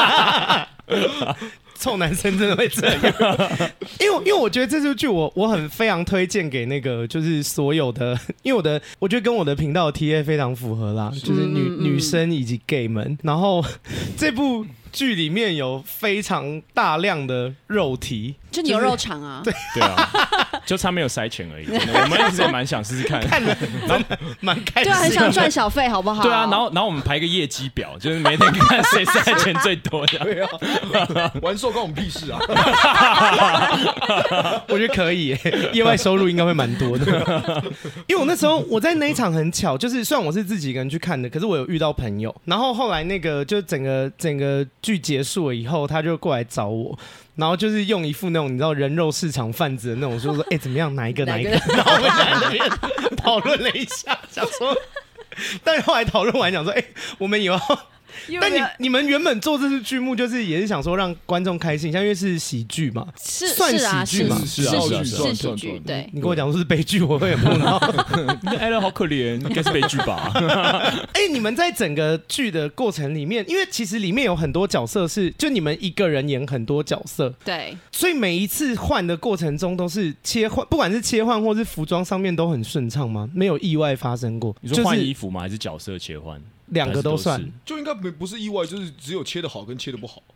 臭男生真的会这样，因为我觉得这部剧我很非常推荐给那个就是所有的，因为我觉得跟我的频道的 TA 非常符合啦，就是女生以及 gay 们，然后这部剧里面有非常大量的肉体， 就牛肉肠啊， 对啊，就差没有塞钱而已。我们一直也蛮想试试看， 看了蛮开心， 对啊，很想赚小费，好不好？ 对啊，然后我们排个业绩表，就是每天看谁塞钱最多的。 对啊，玩兽关我们屁事啊！ 我觉得可以，业外收入应该会蛮多的。因为我那时候我在那一场很巧，就是虽然我是自己一个人去看的，可是我有遇到朋友，然后后来那个就整个剧结束了以后，他就过来找我。然后就是用一副那种你知道人肉市场贩子的那种，说怎么样哪一个，然后我们在那边讨论了一下，想说，但是后来讨论完想说，我们也要。但你们原本做这次剧目，就是也是想说让观众开心一下，因为是喜剧嘛，算喜剧嘛， 是喜剧。对， 你跟我讲说是悲剧，我会很不恼。 艾乐好可怜，应该是悲剧吧？ 你们在整个剧的过程里面，因为其实里面有很多角色是就你们一个人演很多角色， 对， 所以每一次换的过程中都是切换，不管是切换或是服装上面都很顺畅吗？没有意外发生过？ 你说换衣服吗？还是角色切换？ 两个都算， 就应该不是意外，就是只有切的好跟切的不好。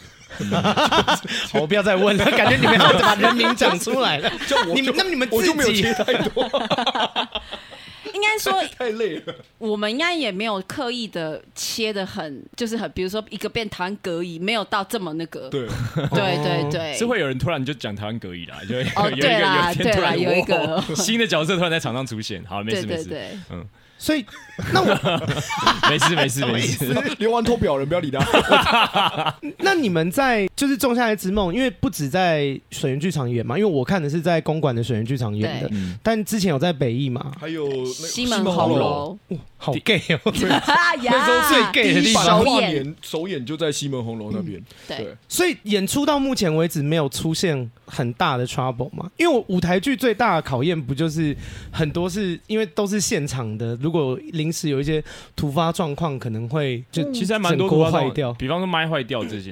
好，不要再问了，感觉你们要把人名讲出来了。你们我就没有切太多。 应该说太累了， 我们应该也没有刻意的切的很，就是很，比如说一个变台湾隔离，没有到这么那个。 对， 是会有人突然就讲台湾隔离啦，就有一个新的角色突然在场上出现。好，没事， 对， 所以那我没事， 留完偷表人不要理他。 那你们在就是《仲夏夜之梦》，因为不止在水源剧场演嘛，因为我看的是在公馆的水源剧场演的，但之前有在北艺嘛， 还有西门红楼， 好 gay 哦！ 那时候最 gay 的地方， 首演就在西门红楼那边。对， 所以演出到目前为止没有出现很大的 trouble 嘛？因为我舞台剧最大的考验不就是很多是因为都是现场的，如果临时有一些突发状况，可能会就其实还蛮多突发坏掉， 比方说麦坏掉这些，但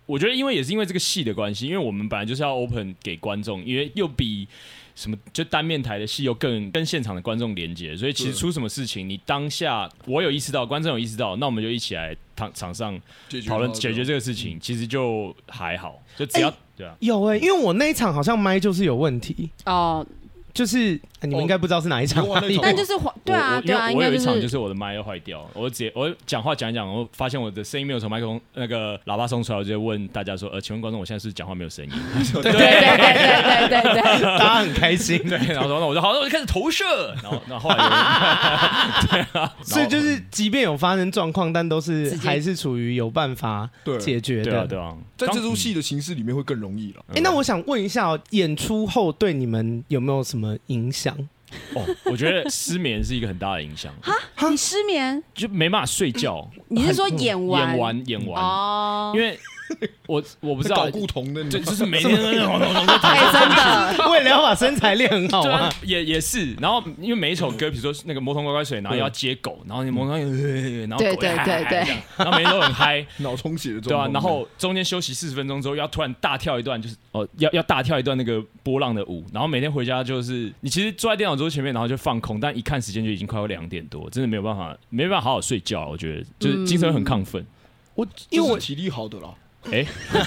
我觉得因为也是因为这个戏的关系，因为我们本来就是要 open 给观众，因为又比什么就单面台的戏又更跟现场的观众连接，所以其实出什么事情，你当下我有意识到，观众有意识到，那我们就一起来场上讨论解决这个事情，其实就还好，就只要、对啊。 有因为我那一场好像麦就是有问题哦。 就是你们应该不知道是哪一场， 但就是对啊，对啊， 我有一场就是我的麦要坏掉，我讲话讲一讲，我发现我的声音没有从麦克风那个喇叭送出来，我就问大家说，请问观众，我现在是讲话没有声音？ 对， 大家很开心， 对，然后说那我就好，那我就开始投射，然后后来对啊， 所以就是即便有发生状况，但都是还是处于有办法解决的， 对啊， 在这出戏的形式里面会更容易了。 那我想问一下，演出后对你们有没有什么影响？ 我觉得失眠是一个很大的影响。 哈，你失眠就没办法睡觉？ 你是说演完哦？因为我不知道， 睾固酮的， 就是每天真的， 为了要把身材练很好啊， 也是。然后因为每一首歌，比如说那个魔童乖乖水，然后要接狗，然后你魔童然后狗对，然后每天都很嗨， 脑充血的状对啊。然后中间休息40分钟之后，要突然大跳一段，就是要大跳一段那个波浪的舞。然后每天回家就是你其实坐在电脑桌前面，然后就放空，但一看时间就已经快要2点多，真的没办法好好睡觉。我觉得就是精神很亢奋。 因为我体力好的啦。对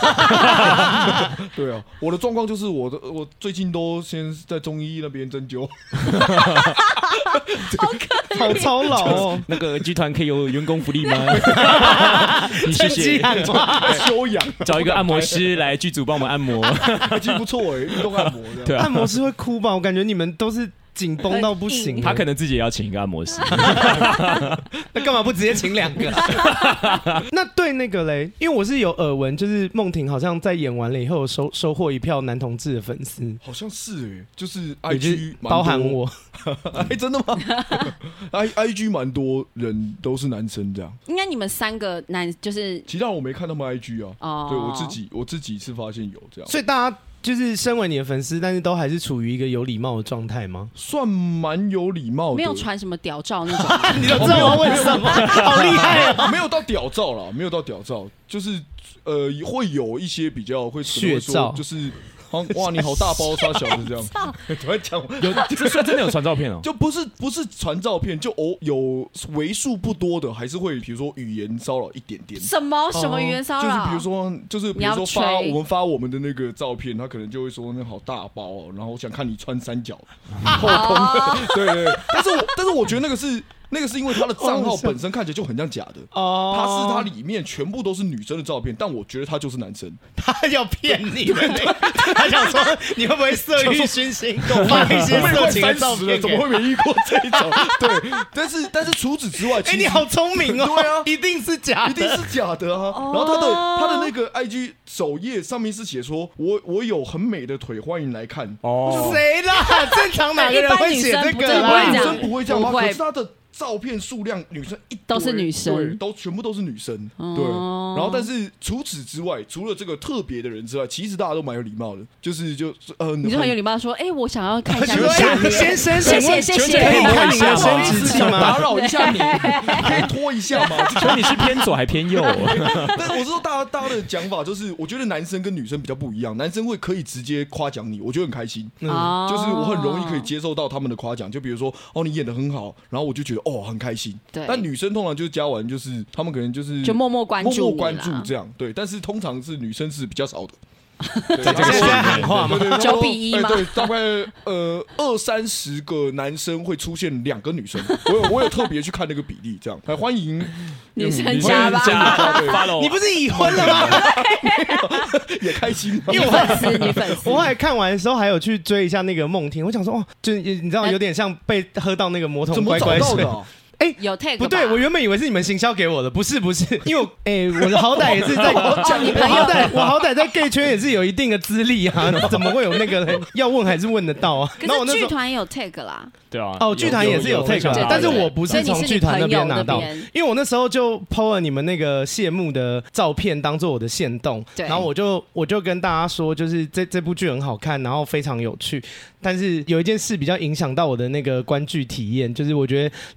啊，我的状况就是我最近都先在中医那边针灸， 好操劳哦。 那个剧团可以有员工福利吗？你谢谢， 修养， 找一个按摩师来剧组帮我们按摩， 其实不错运动按摩对啊， 按摩师会哭吧？我感觉你们都是紧绷到不行， 他可能自己也要请一个按摩师， 那干嘛不直接请2个？那对那个嘞，因为我是有耳闻，就是梦婷好像在演完了以后有收获一票男同志的粉丝， 好像是就是 IG 包含我， 真的吗？IG 蛮多人都是男生这样， 应该你们3个就是其他我没看他们 IG 啊，对我自己是发现有这样， 所以大家。就是身为你的粉丝，但是都还是处于一个有礼貌的状态吗？ 算蛮有礼貌的， 没有传什么屌照那种。 你都知道我要问什么？好厉害啊！ 没有到屌照啦，没有到屌照，就是会有一些比较会血照， 就是。哇，你好大包杀小的这样，突然讲这算真的有传照片哦？ 就不是传照片，就有为数不多的，还是会比如说语言骚扰一点点。 什么语言骚扰？ 就是比如说我们发我们的那个照片，他可能就会说那好大包哦，然后我想看你穿3角后空的，对，但是我觉得那个是因为他的账号本身看起来就很像假的，他里面全部都是女生的照片，但我觉得他就是男生， 他要骗你的，他想说你会不会色欲熏心，发一些色情的照片？ 怎么会没遇过这一种？对，但是除此之外， 你好聪明哦， 对啊， 一定是假的， 一定是假的啊。然后他的那个 IG 首页上面是写说我有很美的腿，欢迎来看。 谁啦？正常哪个人会写这个啦？ 女生不会这样吗？可是他的照片数量女生都是女生， 对，全部都是女生，对。然后但是除此之外，除了这个特别的人之外，其实大家都蛮有礼貌的，就是你就很有礼貌说，我想要看一下先生，请问谢谢， 可以看你的生殖器吗？ 打扰一下你，可以拖一下吗？ 请问你是偏左还偏右？ 但我是说大家的讲法就是，我觉得男生跟女生比较不一样，男生可以直接夸奖你，我觉得很开心，就是我很容易可以接受到他们的夸奖，就比如说你演得很好，然后我就觉得很开心。 对， 但女生通常就是加完，就是他们可能就是默默关注这样。对，但是通常是女生是比较少的。 在这个现在喊话吗 ？9-1吗？ 对，大概20-30个男生会出现2个女生，我有特别去看那个比例，这样来欢迎女生加吧。 你不是已婚了吗？ 也开心， 因为女粉丝。 我后来看完的时候还有去追一下那个梦婷，我想说就是你知道有点像被喝到那个魔童乖乖水。 有 tag 不对，我原本以为是你们行销给我的，不是，因为我好歹也是在我好歹在 gay 圈也是有一定的资历啊，怎么会有那个人要问还是问得到啊？ 可是剧团也有 tag 啦。 对啊， 剧团也是有 tag，但是我不是从剧团那边拿到，因为我那时候就 po 了你们那个谢幕的照片当做我的限动，然后我就跟大家说，就是这部剧很好看，然后非常有趣，但是有一件事比较影响到我的那个观剧体验，就是我觉得里面有一位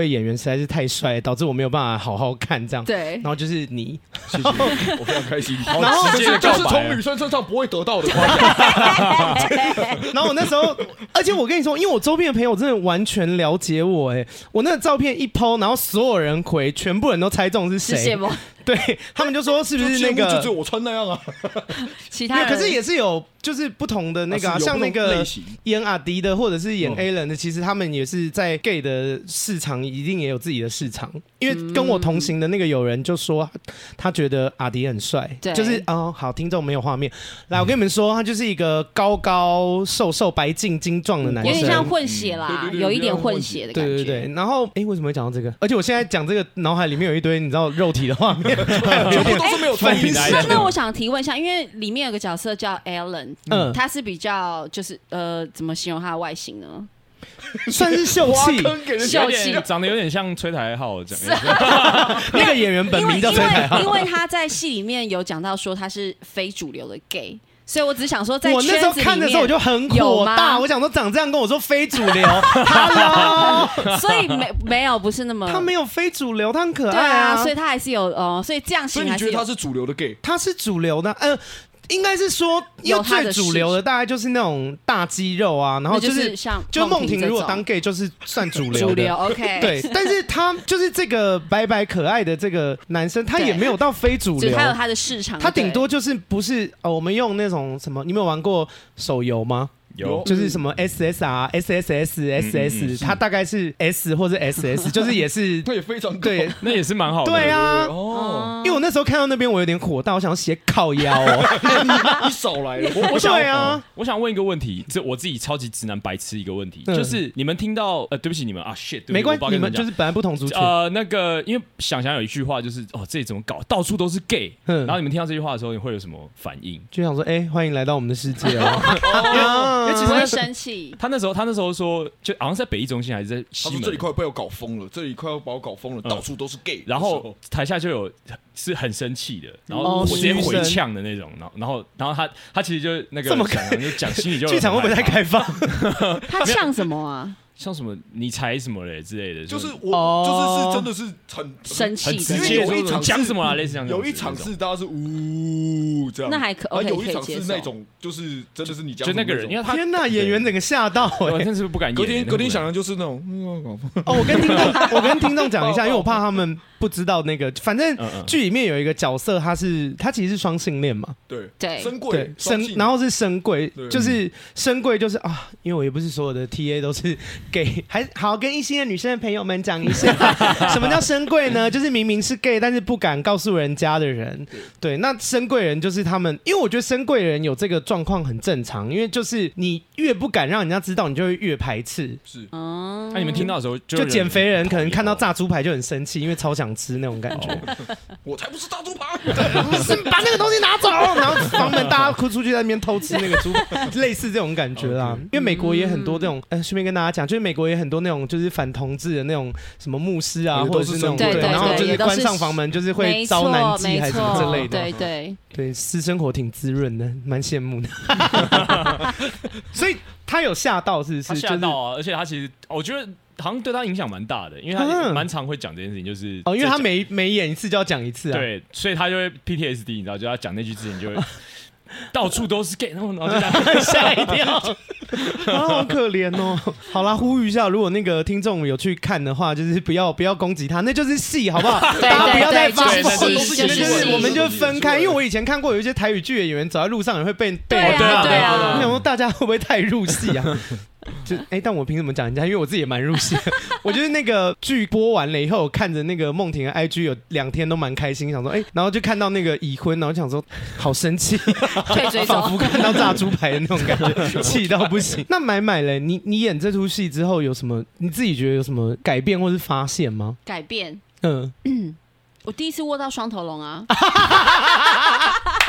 位演员实在是太帅，导致我没有办法好好看这样。 对然后就是你， 谢谢，我非常开心。 然后直接的就是告白从女生身上不会得到的夸奖。 然后我那时候，而且我跟你说，因为我周边的朋友真的完全了解我，我那个照片一 po， 然后所有人回，全部人都猜中是谁。对他们就说是不是那个就只有我穿那样啊？ 其他人可是也是有就是不同的那个、像那个演阿迪的或者是演 Alan 的，其实他们也是在 gay 的市场一定也有自己的市场。因为跟我同行的那个友人就说他觉得阿迪很帅，就是好，听众没有画面，来我跟你们说，他就是一个高高瘦瘦白净精壮的男生， 有点像混血啦，有一点混血的感觉。 对。然后为什么会讲到这个？而且我现在讲这个，脑海里面有一堆你知道肉体的画面。 全部都是没有穿衣服。 那我想提问一下，因为里面有个角色叫 Alan，他是比较就是怎么形容他的外形呢？ 算是秀气， 秀气， 长得有点像崔台浩这样。 那个演员本名叫崔台浩， 因为他在戏里面有讲到说他是非主流的 gay。所以我只想说，在我那时候看的时候我就很火大，我想说长这样跟我说非主流，Hello， 所以没有不是那么， 他没有非主流，他很可爱啊， 所以他还是有所以这样型还是有。 所以你觉得他是主流的 gay？ 他是主流的，应该是说，因为最主流的大概就是那种大肌肉啊，然后就是像就梦婷如果当 gay 就是算主流的， 主流 OK。 对，但是他就是这个白白可爱的这个男生，他也没有到非主流， 他有他的市场， 他顶多就是不是我们用那种什么，你们有玩过手游吗？ 有， 就是什么 SSR、SSS、SS， 它大概是 S 或者 SS， 就是也是， 它也非常对， 那也是蛮好的。 对啊，因为我那时候看到那边我有点火大，我想要写靠腰你少来了。 我想问一个问题，这我自己超级直男白痴一个问题，就是你们听到对不起你们啊 shit， 没关系，你们就是本来不同族群。 那个因为想有一句话就是这里怎么搞，到处都是 gay， 然后你们听到这句话的时候，你会有什么反应？ 就想说，欢迎来到我们的世界哦。 因为其实会生气。 他那时候说，就好像在北艺中心还是在西门， 这里快被我搞疯了，这里快要把我搞疯了，到处都是 gay。 然后台下就有是很生气的，然后我直接回呛的那种，然后他其实就那个这么就讲心里就剧场会不会太开放？ 他呛什么啊？ 像什么你才什么嘞之类的， 就是我就是真的是很生气， 直接有一场讲什么啊，类似这样。 有一场是大家是这样， 那还可以， 有一场是那种就是真的是你讲就那个人，因为他天哪，演员整个吓到真是不敢演。 隔天想的就是那种我跟听众讲一下，因为我怕他们不知道那个，反正剧里面有一个角色，他其实是双性恋嘛， 对， 深贵然后是深贵，就是深贵就是因为我也不是所有的 TA 都是。gay 还好，跟异性的女生的朋友们讲一下，什么叫深贵呢？就是明明是 gay， 但是不敢告诉人家的人。对，那深贵人就是他们，因为我觉得深贵人有这个状况很正常，因为就是你越不敢让人家知道，你就会越排斥。 是那你们听到的时候， 就减肥人可能看到炸猪排就很生气，因为超想吃那种感觉。 我才不是炸猪排， 是把那个东西拿走，然后房门大家哭出去在那边偷吃那个猪排，类似这种感觉啦。因为美国也很多这种，顺便跟大家讲，就是美国也很多那种就是反同志的那种什么牧师啊，或者是那种对， 然后就是关上房门就是会招男妓还是什么之类的，对，私生活挺滋润的，蛮羡慕的。所以他有吓到，是不是？ 他吓到啊！而且他其实我觉得好像对他影响蛮大的，因为他蛮常会讲这件事情，就是因为他每演一次就要讲一次啊， 对，所以他就会 PTSD， 你知道，就要讲那句之前就会。到处都是 gay， 然后就吓一跳，好可怜哦。好啦，呼吁一下，如果那个听众有去看的话，就是不要攻击他，那就是戏，好不好？大家不要再发疯，就是我们就分开。因为我以前看过有一些台语剧的演员走在路上也会被骂，我想说大家会不会太入戏啊？但我凭什么讲人家？因为我自己也蛮入戏的。我觉得那个剧播完了以后，看着那个梦婷的 IG 有2天都蛮开心，想说然后就看到那个已婚，然后想说好生气，仿佛看到炸猪排的那种感觉，气到不行。那买嘞，你演这出戏之后有什么？你自己觉得有什么改变或是发现吗？ 改变，我第一次握到双头龙啊。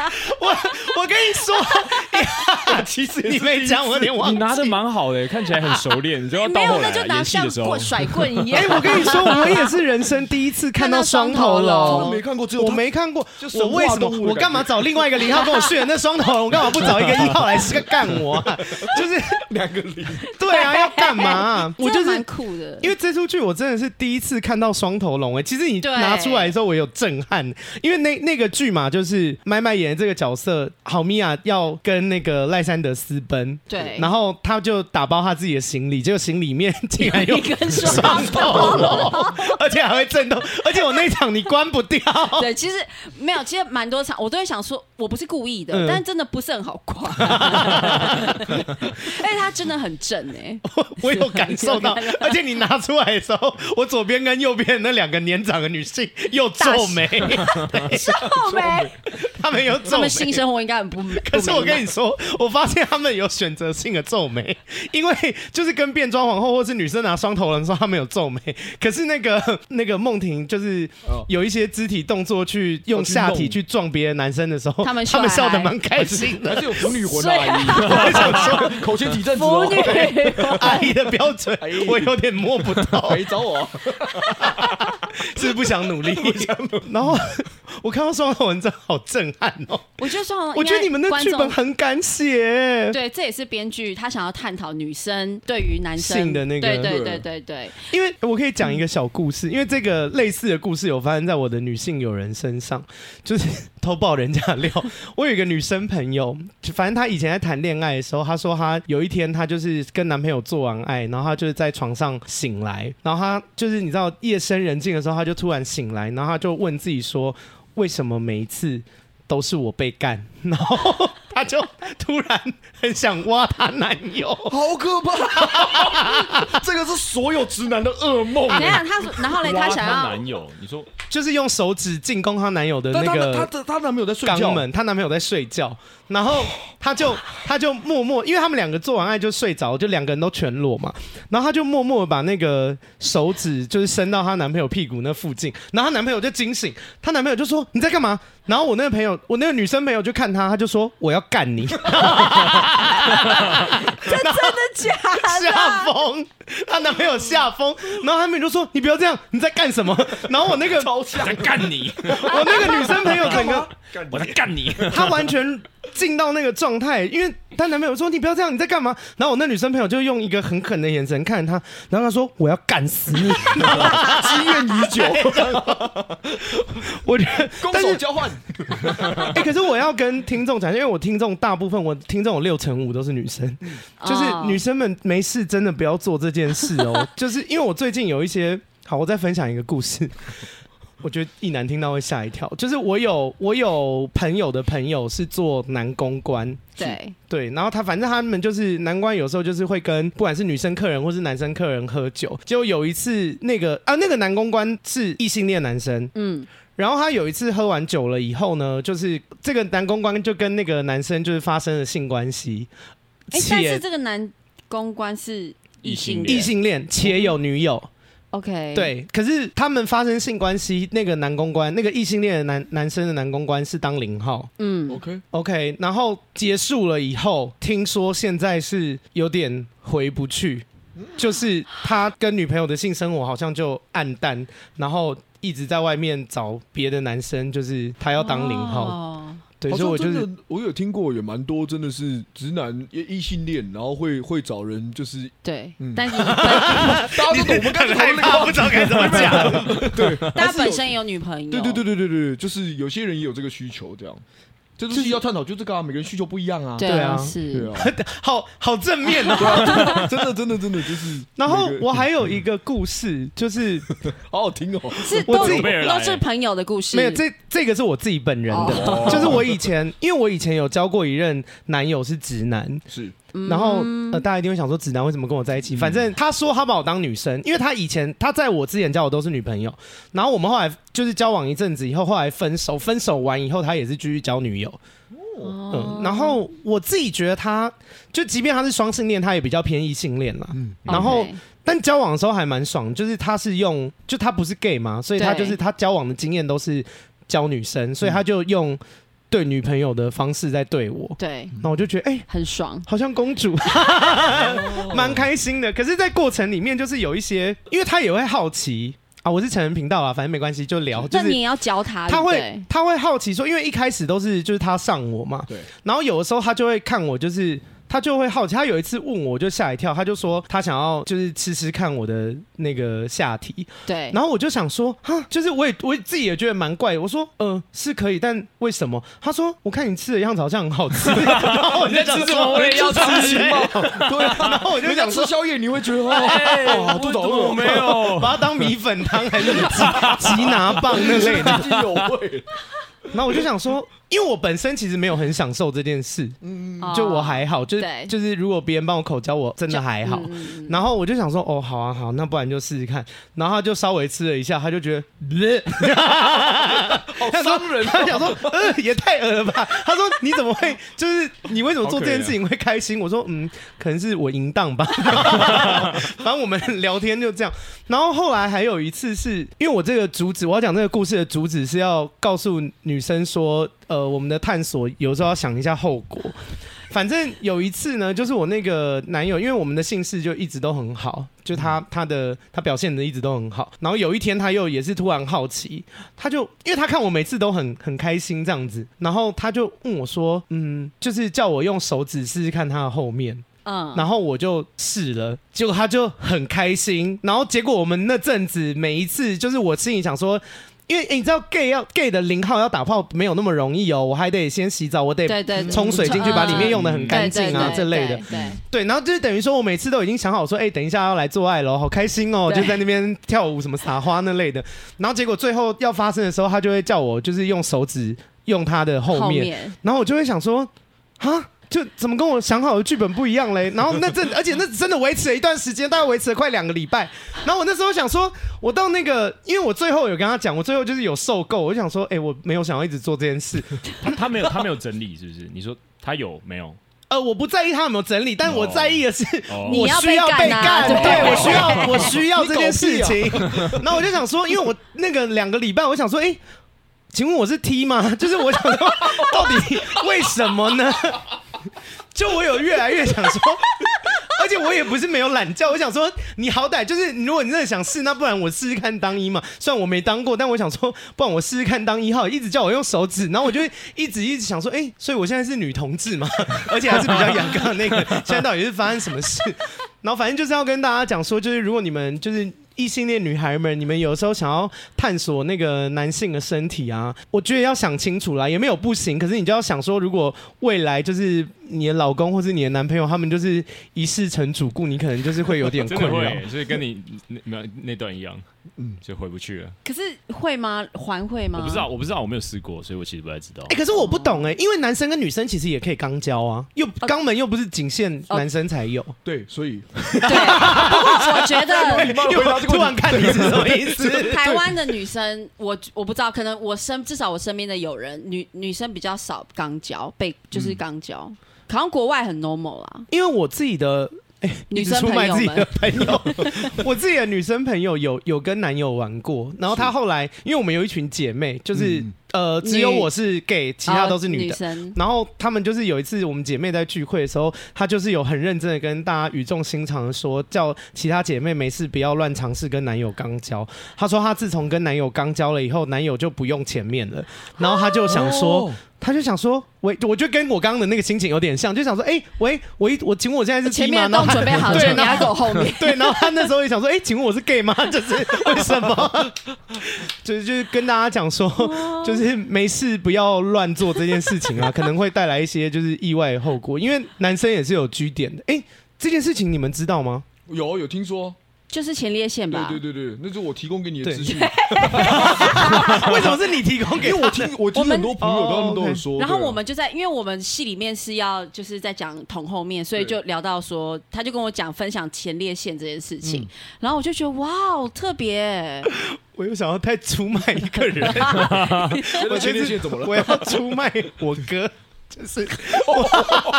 我跟你说，其实你没讲，我有点忘记。 你拿的蛮好的，看起来很熟练，你就要到后来演戏的时候甩棍一样。 我跟你说，我也是人生第一次看到双头龙， 没看过， 我没看过。我为什么？我干嘛找另外一个0号跟我续的那双头龙？我干嘛不找一个1号来干我？就是 2个0。 对啊，要干嘛？我就是蛮酷的， 因为这出剧我真的是第一次看到双头龙。其实你拿出来的时候，我有震撼，因为那个剧嘛，就是麦麦演的这个角色，郝米娅要跟那个赖山德私奔， 对， 然后他就打包他自己的行李，结果行李里面竟然有一根双头龙， 而且还会震动，而且我那场你关不掉。 对，其实没有，其实蛮多场我都会想说，我不是故意的，但真的不是很好关。而且他真的很正我有感受到，而且你拿出来的时候，我左边跟右边那2个年长的女性又皱眉， 皱眉， 他们有皱眉， 他们性生活应该很不美。 可是我跟你说，我发现他们有选择性的皱眉，因为就是跟变装皇后或是女生拿双头龙的时候，他们有皱眉。可是那个梦婷就是有一些肢体动作去用下体去撞别的男生的时候，他们笑得蛮开心的， 还是有腐女魂的阿姨。我想说口嫌体正直哦， 腐女阿姨的标准我有点摸不到。 没找我， 是不想努力，然后我看到双头龙真的好震撼哦！ 我觉得双头龙， 我觉得你们的剧本很敢写， 对，这也是编剧他想要探讨女生对于男生性的那个， 对。 因为我可以讲一个小故事，因为这个类似的故事有发生在我的女性友人身上，就是偷爆人家的料。我有一个女生朋友，反正她以前在谈恋爱的时候，她说她有一天她就是跟男朋友做完爱，然后她就是在床上醒来，然后她就是你知道夜深人静的时候，她就突然醒来，然后她就问自己说，为什么每一次都是我被干？然后她就突然很想挖她男友， 好可怕！这个是所有直男的噩梦。 等一下，然后呢，他想要男友，你说就是用手指进攻她男友的那个她男朋友在睡觉， 肛门，她男朋友在睡觉，然后她就默默，因为他们2个做完爱就睡着，就2个人都全裸嘛，然后她就默默的把那个手指就是伸到她男朋友屁股那附近，然后她男朋友就惊醒，她男朋友就说你在干嘛？然后我那个女生朋友就看她，她就说我要干你。 这真的假的？ 吓疯，她男朋友吓疯，然后他们就说你不要这样，你在干什么？然后我那个我在干你， 我那个女生朋友整个我在干你， 她完全进到那个状态，因为她男朋友说你不要这样，你在干嘛？然后我那女生朋友就用一个很狠的眼神看着她，然后她说我要干死你， 积怨已久。 我觉得攻守交换。 可是我要跟听众讲，因为我听众大部分我听众有65%都是女生，就是女生们没事真的不要做这件事哦。就是因为我最近有一些，好，我再分享一个故事。我觉得一男听到会吓一跳，就是我有朋友的朋友是做男公关，对，然后反正他们就是男关，有时候就是会跟不管是女生客人或是男生客人喝酒。结果有一次那个男公关是异性恋男生，然后他有一次喝完酒了以后呢，就是这个男公关就跟那个男生就是发生了性关系， 但是这个男公关是异性恋且有女友。 OK， 对，可是他们发生性关系，那个男公关，那个异性恋的男生的男公关是当0号，OK， 然后结束了以后，听说现在是有点回不去，就是他跟女朋友的性生活好像就暗淡，然后一直在外面找别的男生，就是他要当0号。对，所以我就是我有听过，也蛮多真的是直男异性恋，然后会找人就是对，但是大家都懂我们刚才那个不知道该怎么讲， 对， 但他本身也有女朋友， 对，就是有些人也有这个需求，这样。这东西要探讨，就这个啊，每个人需求不一样啊。 对啊，是， 好正面哦， 真的就是。 然后我还有一个故事，就是好好听哦， 是都是朋友的故事。 没有，这个是我自己本人的，就是我以前，因为我以前有交过一任男友是直男， 是。 然后大家一定会想说，直男为什么跟我在一起？反正他说他把我当女生，因为他在我之前交我都是女朋友，然后我们后来就是交往一阵子以后，后来分手完以后，他也是继续交女友。然后我自己觉得他，就即便他是双性恋，他也比较偏异性恋啦。然后但交往的时候还蛮爽，就是他是用，就他不是 gay 嘛，所以他就是他交往的经验都是交女生，所以他就用对女朋友的方式在对我， 对， 那我就觉得很爽， 好像公主，蛮开心的。可是，在过程里面就是有一些，因为他也会好奇。我是成人频道啊，反正没关系，就聊。就是、 那你也要教他， 他会好奇说，因为一开始都是就是他上我嘛，对。然后有的时候他就会看我，就是他就会好奇。他有一次问我就吓一跳，他就说他想要就是吃看我的那个下体，对。然后我就想说，就是我自己也觉得蛮怪的。我说是可以，但为什么？他说我看你吃的样子好像很好吃，然后我就想说我也要吃嘛，对。然后我就想说吃宵夜你会觉得肚子饿，没有把它当米粉汤还是吉拿棒那类的， 津津有味。 然后我就想说，因为我本身其实没有很享受这件事，就我还好，就是如果别人帮我口交，我真的还好。然后我就想说，好啊好，那不然就试试看。然后他就稍微吃了一下，他就觉得， 好伤人。 他想说，也太恶了吧？他说你怎么会，就是你为什么做这件事情会开心？我说可能是我淫荡吧。反正我们聊天就这样。然后后来还有一次是因为我这个主旨，我要讲这个故事的主旨是要告诉女生说，我们的探索有时候要想一下后果。反正有一次呢，就是我那个男友，因为我们的姓氏就一直都很好，就他表现的一直都很好。然后有一天他也是突然好奇，他就因为他看我每次都很开心这样子，然后他就问我说，就是叫我用手指试试看他的后面。然后我就试了，结果他就很开心。然后结果我们那阵子每一次，就是我心里想说，因为你知道 gay 的0号要打炮没有那么容易哦，我还得先洗澡，我得冲水进去把里面用的很干净啊这类的。对，然后就是等于说我每次都已经想好说，等一下要来做爱咯，好开心哦，就在那边跳舞什么撒花那类的。然后结果最后要发生的时候，他就会叫我就是用手指用他的后面，然后我就会想说，就怎么跟我想好的剧本不一样嘞？然后而且那真的维持了一段时间，大概维持了快2个礼拜。然后我那时候想说，我到那个，因为我最后有跟他讲，我最后就是有受够，我就想说，我没有想要一直做这件事。 他没有整理是不是？你说他有没有？ 我不在意他有没有整理，但我在意的是我需要被干，对，我需要这件事情。然后我就想说，因为我那个2个礼拜，我想说，请问我是 T 吗？就是我想说，到底为什么呢？就我有越来越想说，而且我也不是没有懒觉，我想说你好歹就是如果你真的想试，那不然我试试看当一嘛。虽然我没当过，但我想说，不然我试试看当1号，一直叫我用手指，然后我就一直想说，所以我现在是女同志嘛，而且还是比较阳刚的那个。现在到底是发生什么事？然后反正就是要跟大家讲说，就是如果你们就是异性恋女孩们，你们有时候想要探索那个男性的身体啊，我觉得要想清楚啦，也没有不行。可是你就要想说，如果未来就是你的老公或是你的男朋友，他们就是一世成主顾，你可能就是会有点困扰， 所以跟你那段一样，就回不去了。 可是会吗？还会吗？ 我不知道，我没有试过，所以我其实不太知道。 可是我不懂因为男生跟女生其实也可以肛交啊，肛门又不是仅限男生才有。 对，所以对，我觉得突然看你是什么意思？ 台湾的女生，我不知道，可能至少我身边的友人，女生比较少肛交，就是肛交，好像国外很 normal 啦。 因为我自己的女生朋友们， 我自己的女生朋友有跟男友玩过，然后她后来，因为我们有一群姐妹，就是只有我是 gay， 其他都是女的。然后他们就是有一次我们姐妹在聚会的时候，她就是有很认真的跟大家语重心长的说，叫其他姐妹没事不要乱尝试跟男友肛交。她说她自从跟男友肛交了以后，男友就不用前面了，然后她就想说。他就想说，我就跟我刚刚的那个心情有点像，就想说，我请问我现在是 T 吗？ 前面都准备好，对，你要给我后面。 对，然后他那时候也想说，请问我是 gay 吗？就是为什么？就是跟大家讲说，就是没事不要乱做这件事情啊，可能会带来一些就是意外的后果，因为男生也是有G点的。这件事情你们知道吗？ 有听说。 就是前列腺吧？ 对，那是我提供给你的资讯。 为什么是你提供给？ 因为我听很多朋友他们都有说。 然后我们就因为我们戏里面是要就是在讲捅后面，所以就聊到说，他就跟我分享前列腺这件事情，然后我就觉得哇，好特别。 我又想要太出卖一个人， 我前列腺怎么了？ 我要出卖我哥。就是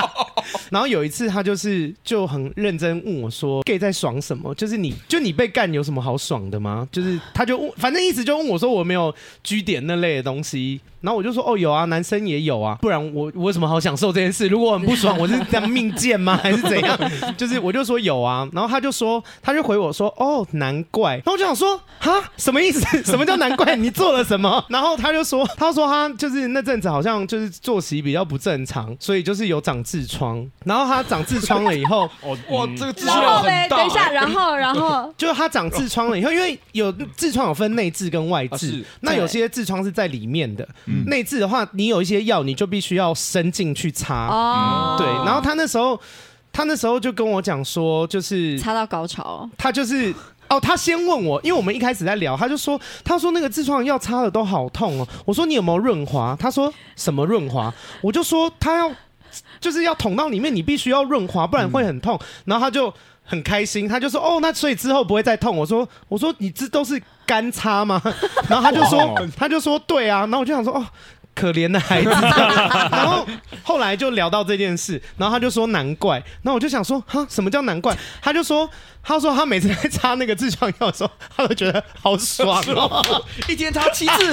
然后有一次他就很认真问我说 ，gay 在爽什么？就是你被干有什么好爽的吗？就是他就反正意思就问我说我没有居点那类的东西。然后我就说哦有啊，男生也有啊，不然我为什么好享受这件事？如果我很不爽，我是这样命贱吗？还是怎样？就是我就说有啊，然后他就回我说哦难怪。然后我就想说哈什么意思？什么叫难怪？你做了什么？然后他说他就是那阵子好像就是作息比较不正常，所以就是有长痔疮。然后他长痔疮了以后， 哇这个资讯然量很后嘞， 大。 等一下，然后就是他长痔疮了以后，因为有痔疮有分内痔跟外痔， 是那有些痔疮是在里面的，内痔的话，你有一些药你就必须要伸进去擦。 哦， 对，然后他那时候就跟我讲说，就是擦到高潮， 他就是哦，他先问我，因为我们一开始在聊，他说那个痔疮药擦了都好痛哦。我说你有没有润滑？他说什么润滑？我就说他就是要捅到里面，你必须要润滑，不然会很痛。然后他就很开心，他就说哦，那所以之后不会再痛。我说你这都是干擦吗？然后他就说对啊。然后我就想说哦。可怜的孩子，然后后来就聊到这件事，然后他就说难怪，然后我就想说哈什么叫难怪？他说他每次在擦那个痔疮药的时候，他都觉得好爽哦， 一天擦7次，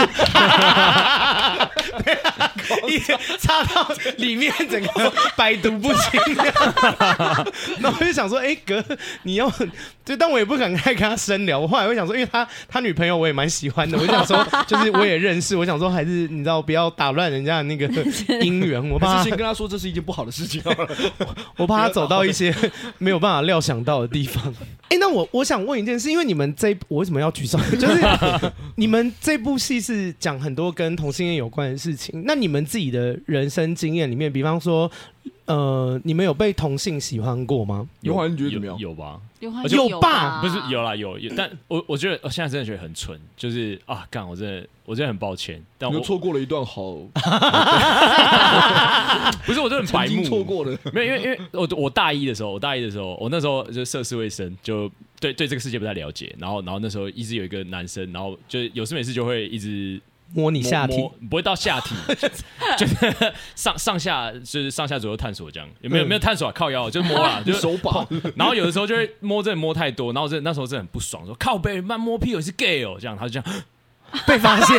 一擦到里面整个百毒不侵。然后我就想说，哥你要就，但我也不敢太跟他深聊。我后来会想说，因为他女朋友我也蛮喜欢的，我就想说，就是我也认识，我想说还是你知道不要打乱人家的那个姻缘，我怕还是先跟他说这是一件不好的事情好了。 我怕他走到一些没有办法料想到的地方。那我想问一件事，因为你们我为什么要举手？就是你们这部戏是讲很多跟同性恋有关的事情，那你们自己的人生经验里面，比方说，你们有被同性喜欢过吗？ 刘华，你觉得怎么样？ 有吧？ 有吧？ 不是有啦有，但我觉得我现在真的觉得很蠢，就是啊，干我真的很抱歉，但我错过了一段好， 不是我真的很白目， 错过了， 没有，因为我大一的时候，我那时候就涉世未深，就对这个世界不太了解，然后那时候一直有一个男生，然后就有事没事就会一直。 摸你下体， 不会到下体，就是上下就是上下左右探索这样，没有探索靠腰，就是摸啦，就是手把。 然后有的时候就会摸，真的摸太多，然后那时候真的很不爽，说靠背慢摸屁股是 gay 哦，这样他就这样被发现。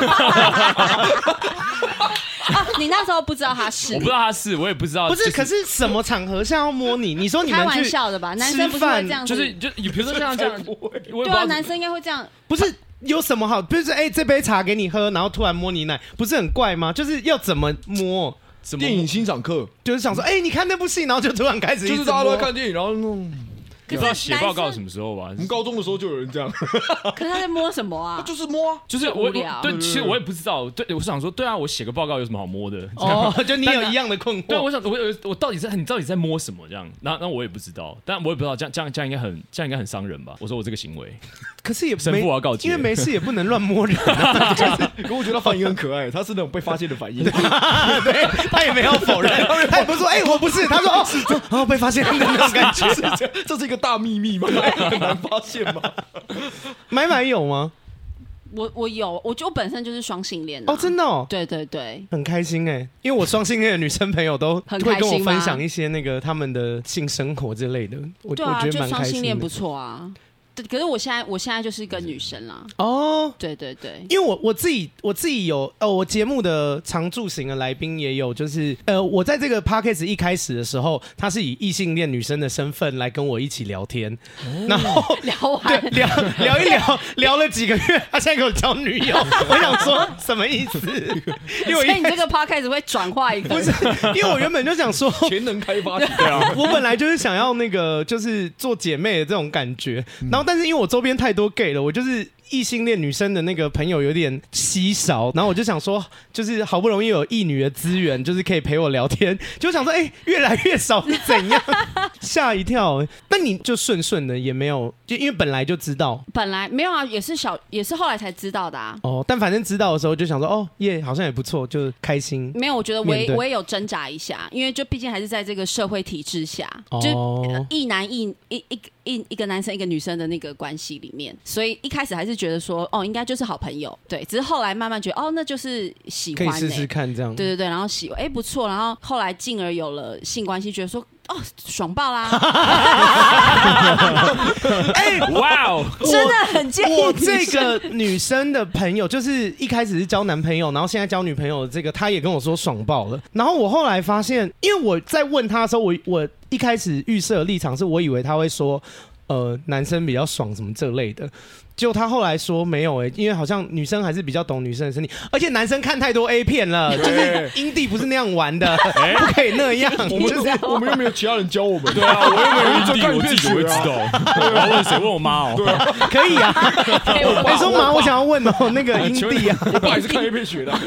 你那时候不知道他是？ 我不知道他是，我也不知道。 不是，可是什么场合下要摸你？你说你们开玩笑的吧？男生不是会这样子？ 就比如说像这样， 对啊，男生应该会这样。 不是。有什么好？比如说，这杯茶给你喝，然后突然摸你奶，不是很怪吗？就是要怎么摸？ 电影欣赏课就是想说，你看那部戏，然后就突然开始， 就是大家都在看电影，然后弄。 不知道写报告什么时候吧？ 我们高中的时候就有人这样。 可是他在摸什么啊？ 就是摸啊， 就是无聊。 对，其实我也不知道。对，我想说，对啊，我写个报告有什么好摸的？ 哦，就你有一样的困惑。 对，我想我到底你到底在摸什么这样？那我也不知道，但我也不知道这样应该很伤人吧？我说我这个行为， 可是也神父我要告诫， 因为没事也不能乱摸人。 可我觉得他反应很可爱，他是那种被发现的反应。 对，他也没有否认，他也不是说我不是，他说哦被发现的那种感觉， 这是一个大秘密吗？很难发现吗？ 买有吗？ 我有，我就本身就是双性恋哦，真的哦， 对对对， 很开心因为我双性恋的女生朋友都会跟我分享一些那个他们的性生活之类的，我觉得蛮开心的。 就双性恋不错啊。可是我现在就是一个女生啦。 哦， 对对对， 因为我自己有我节目的常驻型的来宾也有，就是我在这个 podcast 一开始的时候，他是以异性恋女生的身份来跟我一起聊天，然后聊完聊一聊了几个月，他现在给我交女友，我想说什么意思？因为所以你这个 podcast 会转化一个， 不是，因为我原本就想说潜能开发， 对啊， 我本来就是想要那个就是做姐妹的这种感觉，然后但是因为我周边太多 gay 了，我就是异性恋女生的那个朋友有点稀少，然后我就想说，就是好不容易有异女的资源，就是可以陪我聊天，就想说，越来越少是怎样？ 吓一跳。但你就顺的也没有，就因为本来就知道， 本来没有啊，也是后来才知道的啊。 哦，但反正知道的时候就想说，哦耶，好像也不错，就开心。 没有，我觉得我也有挣扎一下，因为就毕竟还是在这个社会体制下，就一男一个男生一个女生的那个关系里面，所以一开始还是觉得说，哦，应该就是好朋友，对。只是后来慢慢觉得，哦，那就是喜欢、 可以试试看这样。 对，然后不错，然后后来进而有了性关系，觉得说，哦，爽爆啦！ 哇哦， 真的很建议我这个女生的朋友，就是一开始是交男朋友，然后现在交女朋友，这个她也跟我说爽爆了。然后我后来发现，因为我在问她的时候，我一开始预设的立场是我以为她会说，男生比较爽什么这类的。结果他后来说没有因为好像女生还是比较懂女生的身体，而且男生看太多 A 片了，就是阴蒂不是那样玩的，不可以那样。 我们又没有其他人教我们， 对啊，我又没有阴蒂，我自己怎么会知道？我要问谁？问我妈哦。 对啊， 可以啊。你说妈，我想要问那个阴蒂啊， 我爸也是看 A 片学的。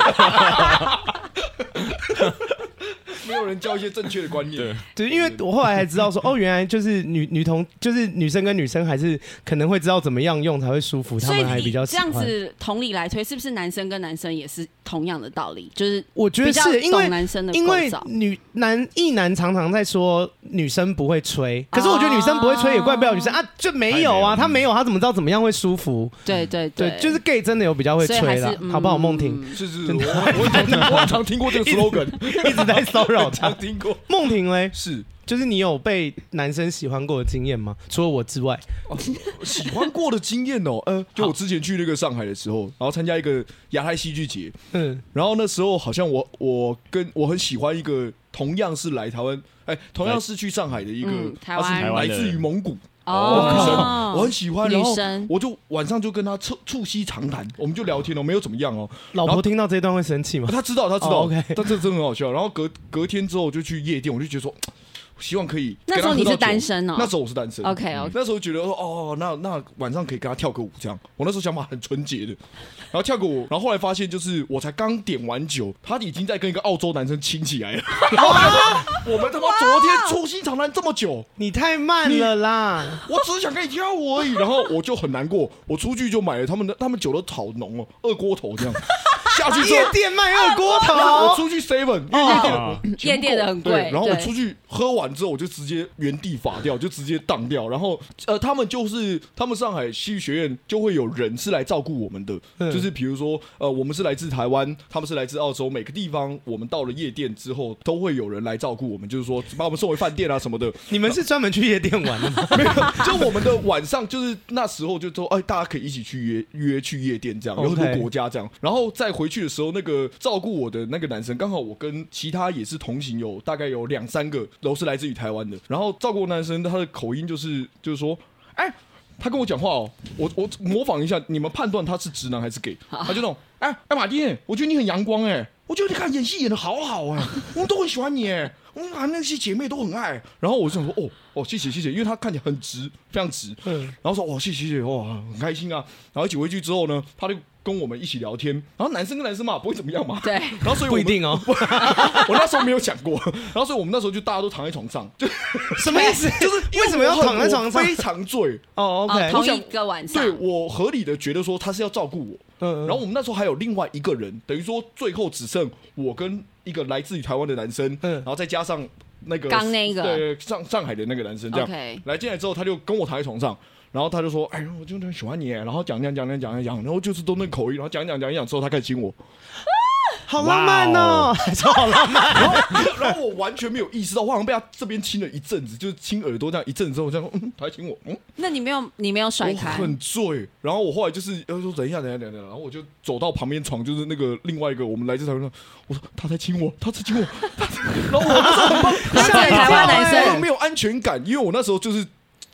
没有人教一些正确的观念， 对，因为我后来才知道说，原来就是就是女生跟女生还是可能会知道怎么样用才会舒服，他们还比较喜欢。 这样子同理来推，是不是男生跟男生也是同样的道理？就是我觉得是因为男生的因为异男常常在说女生不会吹，可是我觉得女生不会吹也怪不了女生啊，就没有啊，他没有，他怎么知道怎么样会舒服？ 对， 就是 gay 真的有比较会吹啦，好不好？梦婷是，我常听过这个 slogan， 一直在骚扰他。 听过梦婷嘞， 是， 就是你有被男生喜欢过的经验吗？除了我之外， 喜欢过的经验哦，就我之前去那个上海的时候，然后参加一个亚太戏剧节，然后那时候好像我很喜欢一个同样是来台湾，同样是去上海的一个， 台湾他是来自于蒙古。女生，我很喜欢，然后我就晚上就跟他促膝长谈，我们就聊天没有怎么样哦。 老婆听到这段会生气吗？ 他知道 ，OK， 但这真的很好笑。然后隔天之后我就去夜店，我就觉得说，希望可以。 那时候你是单身哦？ 那时候我是单身。 OK， 那时候觉得说，那晚上可以跟他跳个舞这样。我那时候想法很纯洁的，然后跳个舞，然后后来发现就是我才刚点完酒，他已经在跟一个澳洲男生亲起来了。我们他妈昨天促膝长谈这么久， 你太慢了啦！ 我只是想跟你跳舞而已，然后我就很难过，我出去就买了他们酒都好浓哦，二锅头这样。下去夜店卖二锅头， 我出去 7， 夜店的很贵。 然后我出去喝完之后，我就直接原地法掉，就直接当掉。然后他们上海戏剧学院就会有人是来照顾我们的，就是比如说我们是来自台湾，他们是来自澳洲，每个地方我们到了夜店之后，都会有人来照顾我们，就是说把我们送回饭店啊什么的。 你们是专门去夜店玩的吗？ 没有，就我们的晚上就是那时候就说，大家可以一起去约去夜店这样，有很多国家这样，然后再回去的时候，那个照顾我的那个男生，刚好我跟其他也是同行，大概有2-3个都是来自于台湾的。然后照顾男生，他的口音就是说，他跟我讲话我模仿一下，你们判断他是直男还是 gay？ 他就那种，马丁，我觉得你很阳光我觉得你看演戏演得好好我们都很喜欢你我们那些姐妹都很爱。然后我就想说，谢谢，因为他看起来很直，非常直。然后说谢谢，很开心啊。然后一起回去之后呢，他就跟我们一起聊天。然后男生跟男生嘛，不会怎么样嘛。 对。 然后所以不一定哦。 我那时候没有想过。然后所以我们那时候就大家都躺在床上，就什么意思？就是为什么要躺在床上？ 非常醉。 OK。 同一个晚上。 对，我合理的觉得说他是要照顾我。然后我们那时候还有另外一个人，等于说最后只剩我跟一个来自于台湾的男生，然后再加上那个刚那个对上海的那个男生，这样来进来之后，他就跟我躺在床上，然后他就说，我就很喜欢你，然后讲，然后就是都那个口音，然后讲之后，他开始亲我。 好浪漫哦，超好浪漫。 然后我完全没有意识到，我好像被他这边亲了一阵子，就是亲耳朵这样一阵子之后，这样他还亲我， 那你没有甩开？ 我很醉。然后我后来就是说等一下，然后我就走到旁边床，就是那个另外一个我们来自台湾，我说他在亲我，然后我那时候很棒， 台湾男生没有安全感，因为我那时候就是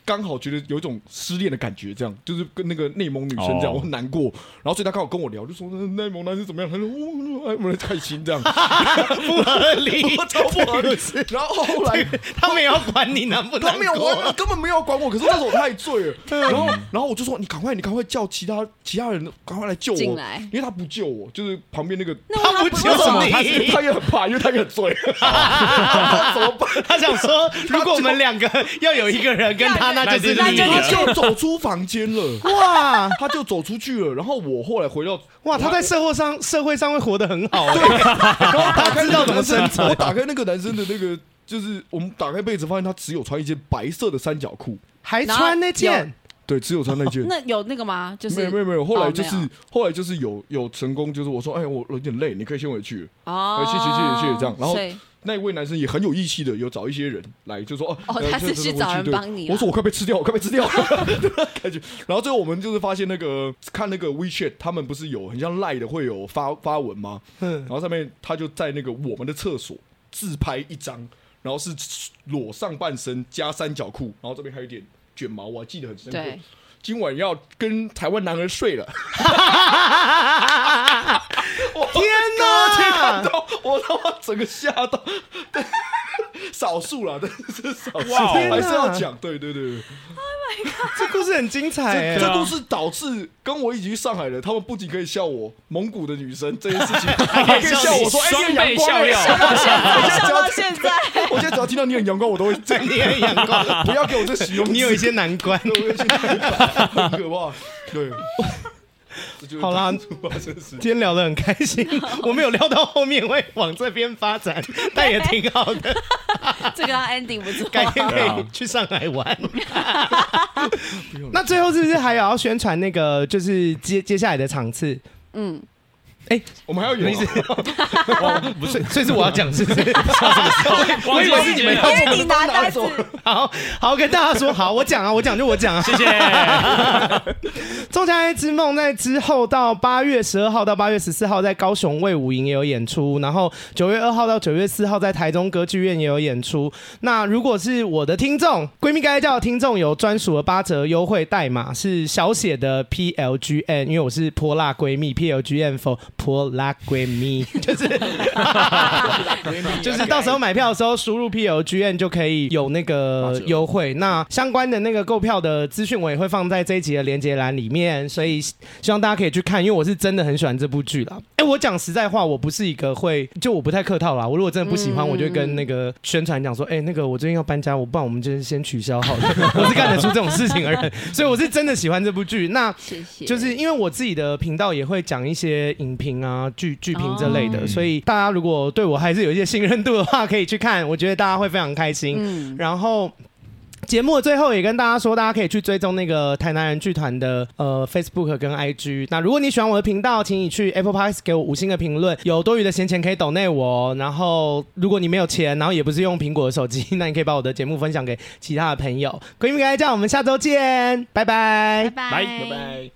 刚好觉得有一种失恋的感觉，这样就是跟那个内蒙女生这样，我很难过。然后所以他刚好跟我聊，就说内蒙男生怎么样？他说我们开心这样， 不合理， 超不合理。然后后来他没有管你难不难， 他没有管，根本没有管我。可是那时候我太醉了，然后我就说你赶快叫其他人赶快来救我，因为他不救我，就是旁边那个他不救你， 他也很怕，因为他也很醉。怎么办？ 他想说，如果我们2个要有一个人跟他，那就是你， 他就走出房间了。哇，他就走出去了。然后我后来回到， 哇，他在社会上会活得很好。对，他知道怎么生存。 我打开那个男生的那个，就是我们打开被子，发现他只有穿一件白色的三角裤， 还穿那件。 对，只有穿那件。 那有那个吗？就是没有。后来就是有成功，就是我说，哎，我有点累，你可以先回去。哦，谢谢这样。然后那一位男生也很有义气的，有找一些人来，就说他是去找人帮你。 我说我快被吃掉，感觉。然后最后我们就是发现看那个 WeChat， 他们不是有很像 Line 的会有发文吗？然后上面他就在那个我们的厕所自拍一张，然后是裸上半身加三角裤，然后这边还有一点卷毛，我还记得很深刻。今晚要跟台湾男儿睡了。 天哪！ 看到我他妈整个吓到。少数啦，但是少数，还是要讲。对。Oh my god！ 这故事很精彩。 这故事导致跟我一起去上海的，他们不仅可以笑我蒙古的女生这件事情，还可以笑我说：“哎，你很阳光。” 笑到现在， 我现在只要听到你很阳光，我都会你很阳光， 不要给我这形容词。 你有一些难关， 很可怕。对。 好啦，今天聊得很开心，我没有料到后面会往这边发展，但也挺好的。 这个 ending 不错， 改天可以去上海玩。那最后是不是还有要宣传那个，就是接下来的场次？ 我们还要有意思， 不是，所以是我要讲，是不是？我以为是你们要， 因为你拿单子。 好，跟大家说，好，我讲就我讲啊，谢谢。仲夏夜之梦在之后到8月12号到8月14号在高雄卫武营也有演出，然后9月2号到9月4号在台中歌剧院也有演出。那如果是我的听众，闺蜜该叫的听众，有专属的8折优惠代码，是小写的 PLGN， 因为我是泼辣闺蜜 PLGN for 泼辣闺蜜，就是到时候买票的时候输入 PLGN 就可以有那个优惠。那相关的那个购票的资讯我也会放在这一集的连结栏里面，所以希望大家可以去看，因为我是真的很喜欢这部剧啦。我讲实在话，我不是一个我不太客套啦。我如果真的不喜欢，我就跟那个宣传讲说，那个我最近要搬家，不然我们就是先取消好了。我是干得出这种事情的人，所以我是真的喜欢这部剧。那就是因为我自己的频道也会讲一些影评啊、剧评这类的，所以大家如果对我还是有一些信任度的话，可以去看，我觉得大家会非常开心。然后节目的最后也跟大家说，大家可以去追踪那个台南人剧团的Facebook 跟 IG。那如果你喜欢我的频道，请你去 Apple Podcast 给我5星的评论，有多余的闲钱可以抖内我。然后如果你没有钱，然后也不是用苹果的手机，那你可以把我的节目分享给其他的朋友。闺蜜该叫，我们下周见，拜拜， 拜拜。